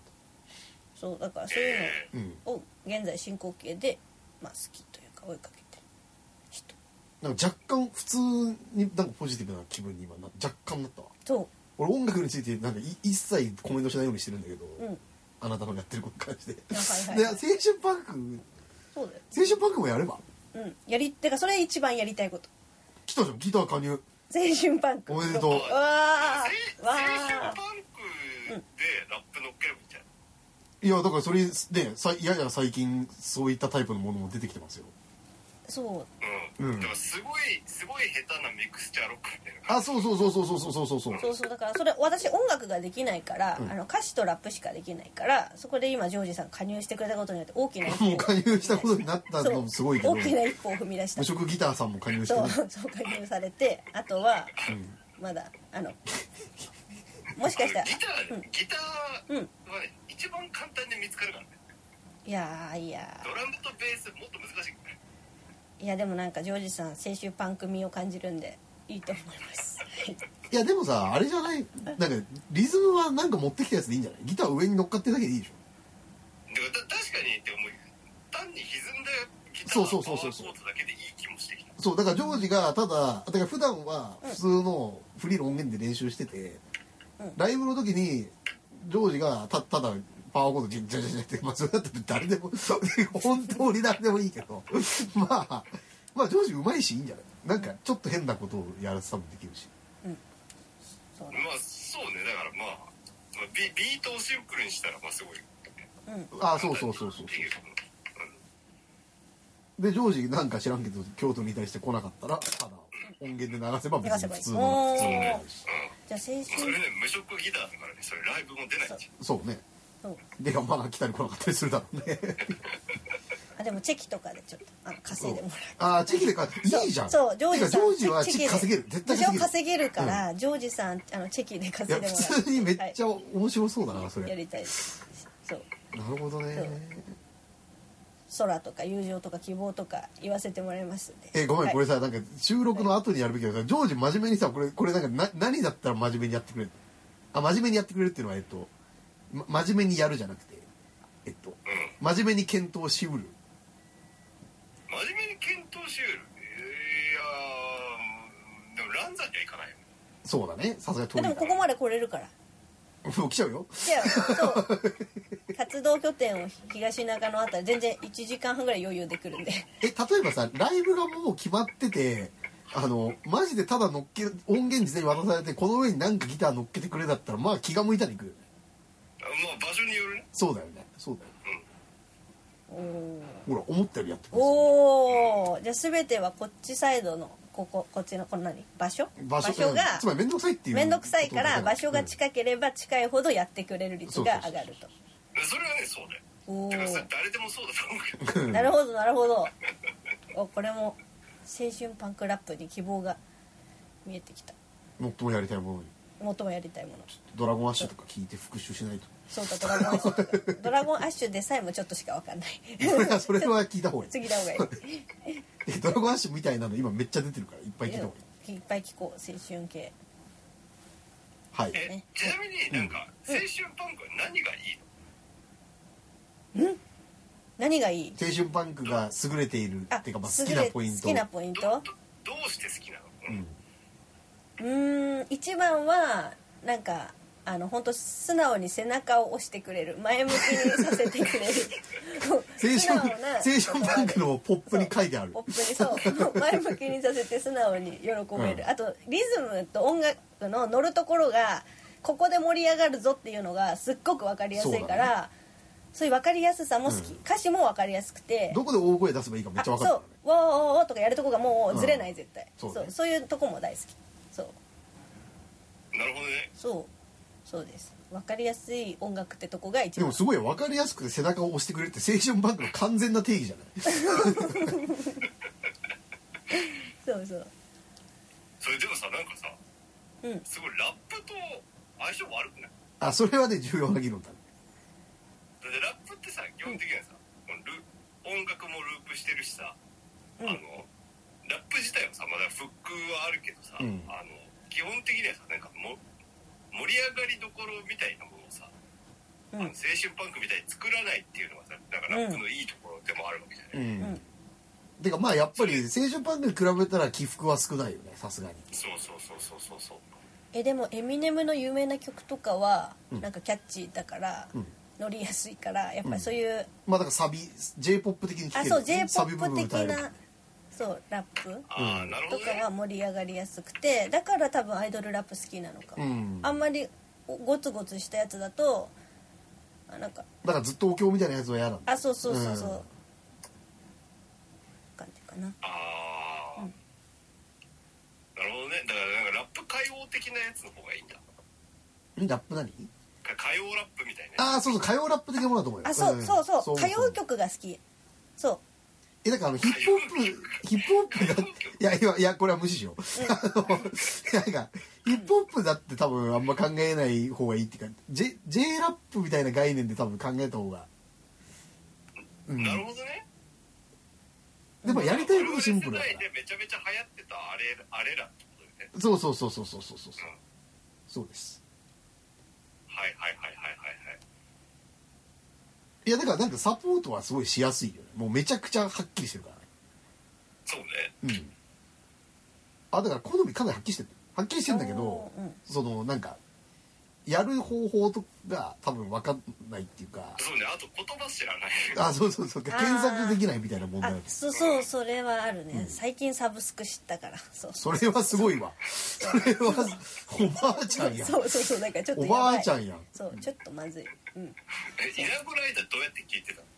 そうだからそういうのを現在進行形でまあ好きというか追いかけてる人。 なんか若干普通になんかポジティブな気分に今若干なったわ。 そう俺音楽についてなんか一切コメントしないようにしてるんだけど、あなたのやってることに関して、で青春パンクそうだよ青春パンクもやればてかそれ一番やりたいこと。 来たじゃんギター加入青春パンクおめでとう。 青春パンクでラップ乗っければいいんじゃない？ いやだからそれでやや最近そういったタイプのものも出てきてますよ。 そうでもすごい下手なミクスチャーロックみたいな。 そうだからそれ私音楽ができないから、歌詞とラップしかできないからそこで今ジョージさん加入してくれたことによって大きな一歩もう加入したことになったのもすごいけど大きな一歩を踏み出した。 無色ギターさんも加入してそう加入されてあとは、まだもしかしたらギターはね一番簡単に見つかるからね。 いやドラムとベースもっと難しいからね。 いやでもなんかジョージさん青春パンク味を感じるんでいいと思いますいやでもさあれじゃないなんかリズムはなんか持ってきたやつでいいんじゃない？ギター上に乗っかってるだけでいいでしょ。 確かにって思う。単に歪んだギターのパワーコードだけでいい気もしてきた。 そうだからジョージがだから普段は普通のフリーの音源で練習してて、ライブの時にジョージがただパワーコードジャジャジャってそれだったら誰でも本当に誰でもいいけどまあジョージうまいしいいんじゃない？なんかちょっと変なことをやらせたもできるし、 そうね。だからビートをシンプルにしたらすごい、 そうでジョージなんか知らんけど京都に対して来なかったらただ音源で流せば別に普通のじゃあ青春それね無色ギターだからねそれライブも出ないし。 そうね。で来たり来なかったりするだろうねでもチェキとかでちょっと稼いでもらう。 チェキでいいじゃん。 そうジョージはチェキ稼げる。絶対稼げるから、ジョージさんチェキで稼いでもらう。 普通にめっちゃ面白そうだなそれ。 やりたいです。そう。 なるほどね。 空とか友情とか希望とか言わせてもらいますんで。 ごめんこれさなんか収録の後にやるべきだからジョージ真面目にさこれなんか何だったら真面目にやってくれる？真面目にやってくれるっていうのは真面目にやるじゃなくて真面目に検討しうる。 真面目に検討しうる。でもランザにはいかないよ。 そうだねさすがに遠いでもここまで来れるからもう来ちゃうよ。 そう活動拠点を東中野あたり全然1時間半ぐらい余裕で来るんで例えばさライブがもう決まっててマジでただ音源事前に渡されてこの上になんかギター乗っけてくれだったら気が向いたら行くよね。 場所によるね。 そうだよね。ほら思ったよりやってます。 じゃあ全てはこっちサイドのこっちのこの場所がつまり面倒くさいっていう面倒くさいから場所が近ければ近いほどやってくれる率が上がると。 それはねそうだよ。てかそれ誰でもそうだと思うけど。 なるほどこれも青春パンクラップに希望が見えてきた。 最もやりたいものに最もやりたいもの。 ドラゴンアッシュとか聞いて復習しないと。 そうか、ドラゴンアッシュとかドラゴンアッシュでさえもちょっとしか分かんないそれは聞いた方がいい。 次だ方がいいドラゴンアッシュみたいなの今めっちゃ出てるからいっぱい聞いた方がいい。 いっぱい聞こう、青春系。 はい。 ちなみになんか青春パンクは何がいいの？ 何がいい？ 青春パンクが優れているっていうか、まあ、好きなポイント。 好きなポイント？ どうして好きなの？ 一番はなんか本当素直に背中を押してくれる、前向きにさせてくれる青春パンクのポップに書いてある。 ポップにそう前向きにさせて素直に喜べる、あとリズムと音楽の乗るところがここで盛り上がるぞっていうのがすっごく分かりやすいから、そういう分かりやすさも好き、歌詞も分かりやすくて、 どこで大声出せばいいかめっちゃ分かるからね。 そう、ウォーウォーとかやるとこがもうずれない、絶対、そういうとこも大好き。 なるほどね。 そうです。分かりやすい音楽ってとこが一番。 でもすごい分かりやすくて背中を押してくれるって青春パンクの完全な定義じゃないそうそう。 それでもさ、なんかさ、すごいラップと相性悪くない？ あ、それはね重要な議論だね。 だってラップってさ、基本的にはさ、音楽もループしてるしさ、ラップ自体はさ、まだフックはあるけどさ、基本的にはさ、なんか盛り上がりどころみたいなものをさ、青春パンクみたいに作らないっていうのがさ、だからラップのいいところでもあるわけじゃない。 てかまあやっぱり青春パンクに比べたら起伏は少ないよね、さすがに。 そう。 でもエミネムの有名な曲とかはなんかキャッチーだから、乗りやすいから、やっぱりそういう、 まあだからサビ J-POP 的に聴ける、 そう J-POP 的なそうラップとかは盛り上がりやすくて、だから多分アイドルラップ好きなのかも、あんまりゴツゴツしたやつだとなんかだからずっとお経みたいなやつは嫌なんだ。 そう、感じかな。 なるほどね。だからなんかラップ歌謡的なやつの方がいいんだ。 ラップ何？ 歌謡ラップみたいな。 そう歌謡ラップ的なものだと思うよ。 そう歌謡曲が好き。そうだからヒップホップがいやこれは無視しよう。なんかヒップホップだって多分あんま考えない方がいいっていうか、J ラップみたいな概念で多分考えた方が、 なるほどね。 でもやりたいことシンプルだから。 世代でめちゃめちゃ流行ってたあれらってことでね。 そうそうです。 はい。 いやだからなんかサポートはすごいしやすいよね。もうめちゃくちゃはっきりしてるからね。 そうね。 だから好みかなりはっきりしてるんだけど、そのなんかやる方法とか多分分かんないっていうか。 そうね。あと言葉知らない。 そう検索できないみたいな問題。 そうそれはあるね。最近サブスク知ったから。 それはすごいわ。それはおばあちゃんやん。 そうなんかちょっとおばあちゃんやん。 そうちょっとまずい。 イナゴライダーどうやって聞いてたの？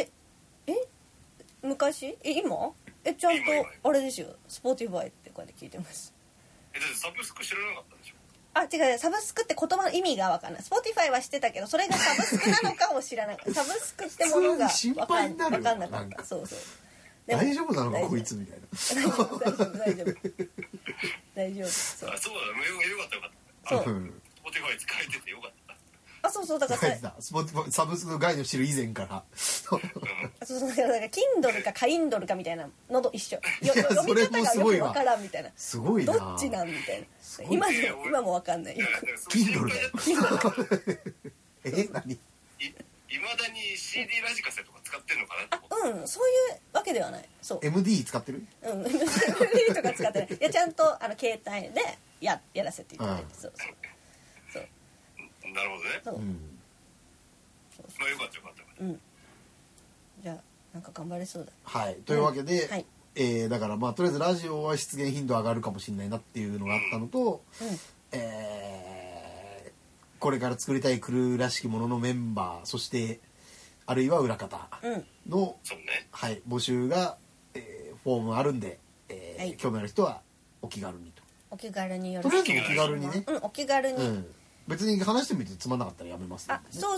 昔？今？ちゃんとあれですよ。Spotify ってこうやって聞いてます。 だってサブスク知らなかったでしょ？ 違う、サブスクって言葉の意味が分かんない。Spotify は知ってたけど、それがサブスクなのかを知らなかった。サブスクってものが分かんなかった。そう大丈夫なのかこいつみたいな。 大丈夫そうだ、よかったそう。Spotify 使えててよかった。 そうだからサブスクの概念を知る以前からそうだから Kindle かKindle かみたいなのと一緒。読み方がよく分からんみたいな。 すごいな。 どっちなんみたいな。今も分かんないよ。 Kindle だよ。何？ いまだに CD ラジカセとか使ってるのかなと思って。 そういうわけではない。そう。 MD 使ってる ？MD とか使ってない。いやちゃんと携帯でやらせていただいて、そう。 なるほどね。 そう。 まあよかった。 じゃあなんか頑張れそうだ。 はい。というわけで、だからまあとりあえずラジオは出現頻度上がるかもしれないなっていうのがあったのと、これから作りたいクルーらしきもののメンバー、そしてあるいは裏方の、募集が、フォームあるんで、興味ある人はお気軽にと。 お気軽によろしく。とりあえずお気軽にね。 お気軽に。 別に話してみてつまんなかったらやめます、ね。 そう。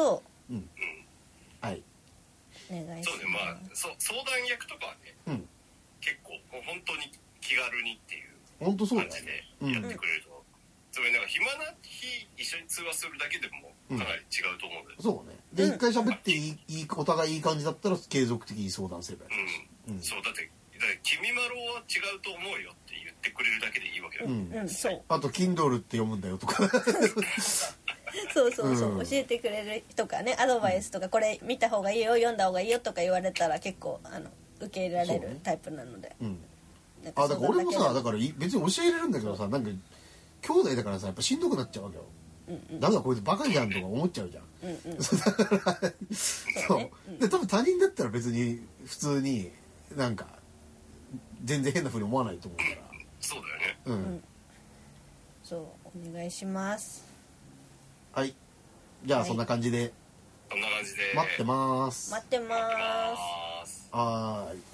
はい。 お願いします。 そうね、まあ相談役とかはね、結構本当に気軽にっていう感じでやってくれると、つまりなんか暇な日一緒に通話するだけでもかなり違うと思うんだよ、 そうね。で一回喋ってお互いいい感じだったら継続的に相談すればいい、 そうだって君まろは違うと思うよって言ってくれるだけでいいわけだ、 そうあと Kindle って読むんだよとかそうそうそう、教えてくれるとかね、アドバイスとか、これ見た方がいいよ読んだ方がいいよとか言われたら結構受け入れられるタイプなので、 だから俺もさ、だから別に教えれるんだけどさ、なんか兄弟だからさやっぱしんどくなっちゃうわけよ、なんだこいつバカじゃんとか思っちゃうじゃん、だからそうで多分他人だったら別に普通になんか全然変な風に思わないと思うから、 そうだよね、 そうお願いします。 はい、じゃあそんな感じで、 そんな感じで待ってます。 待ってます。 はい。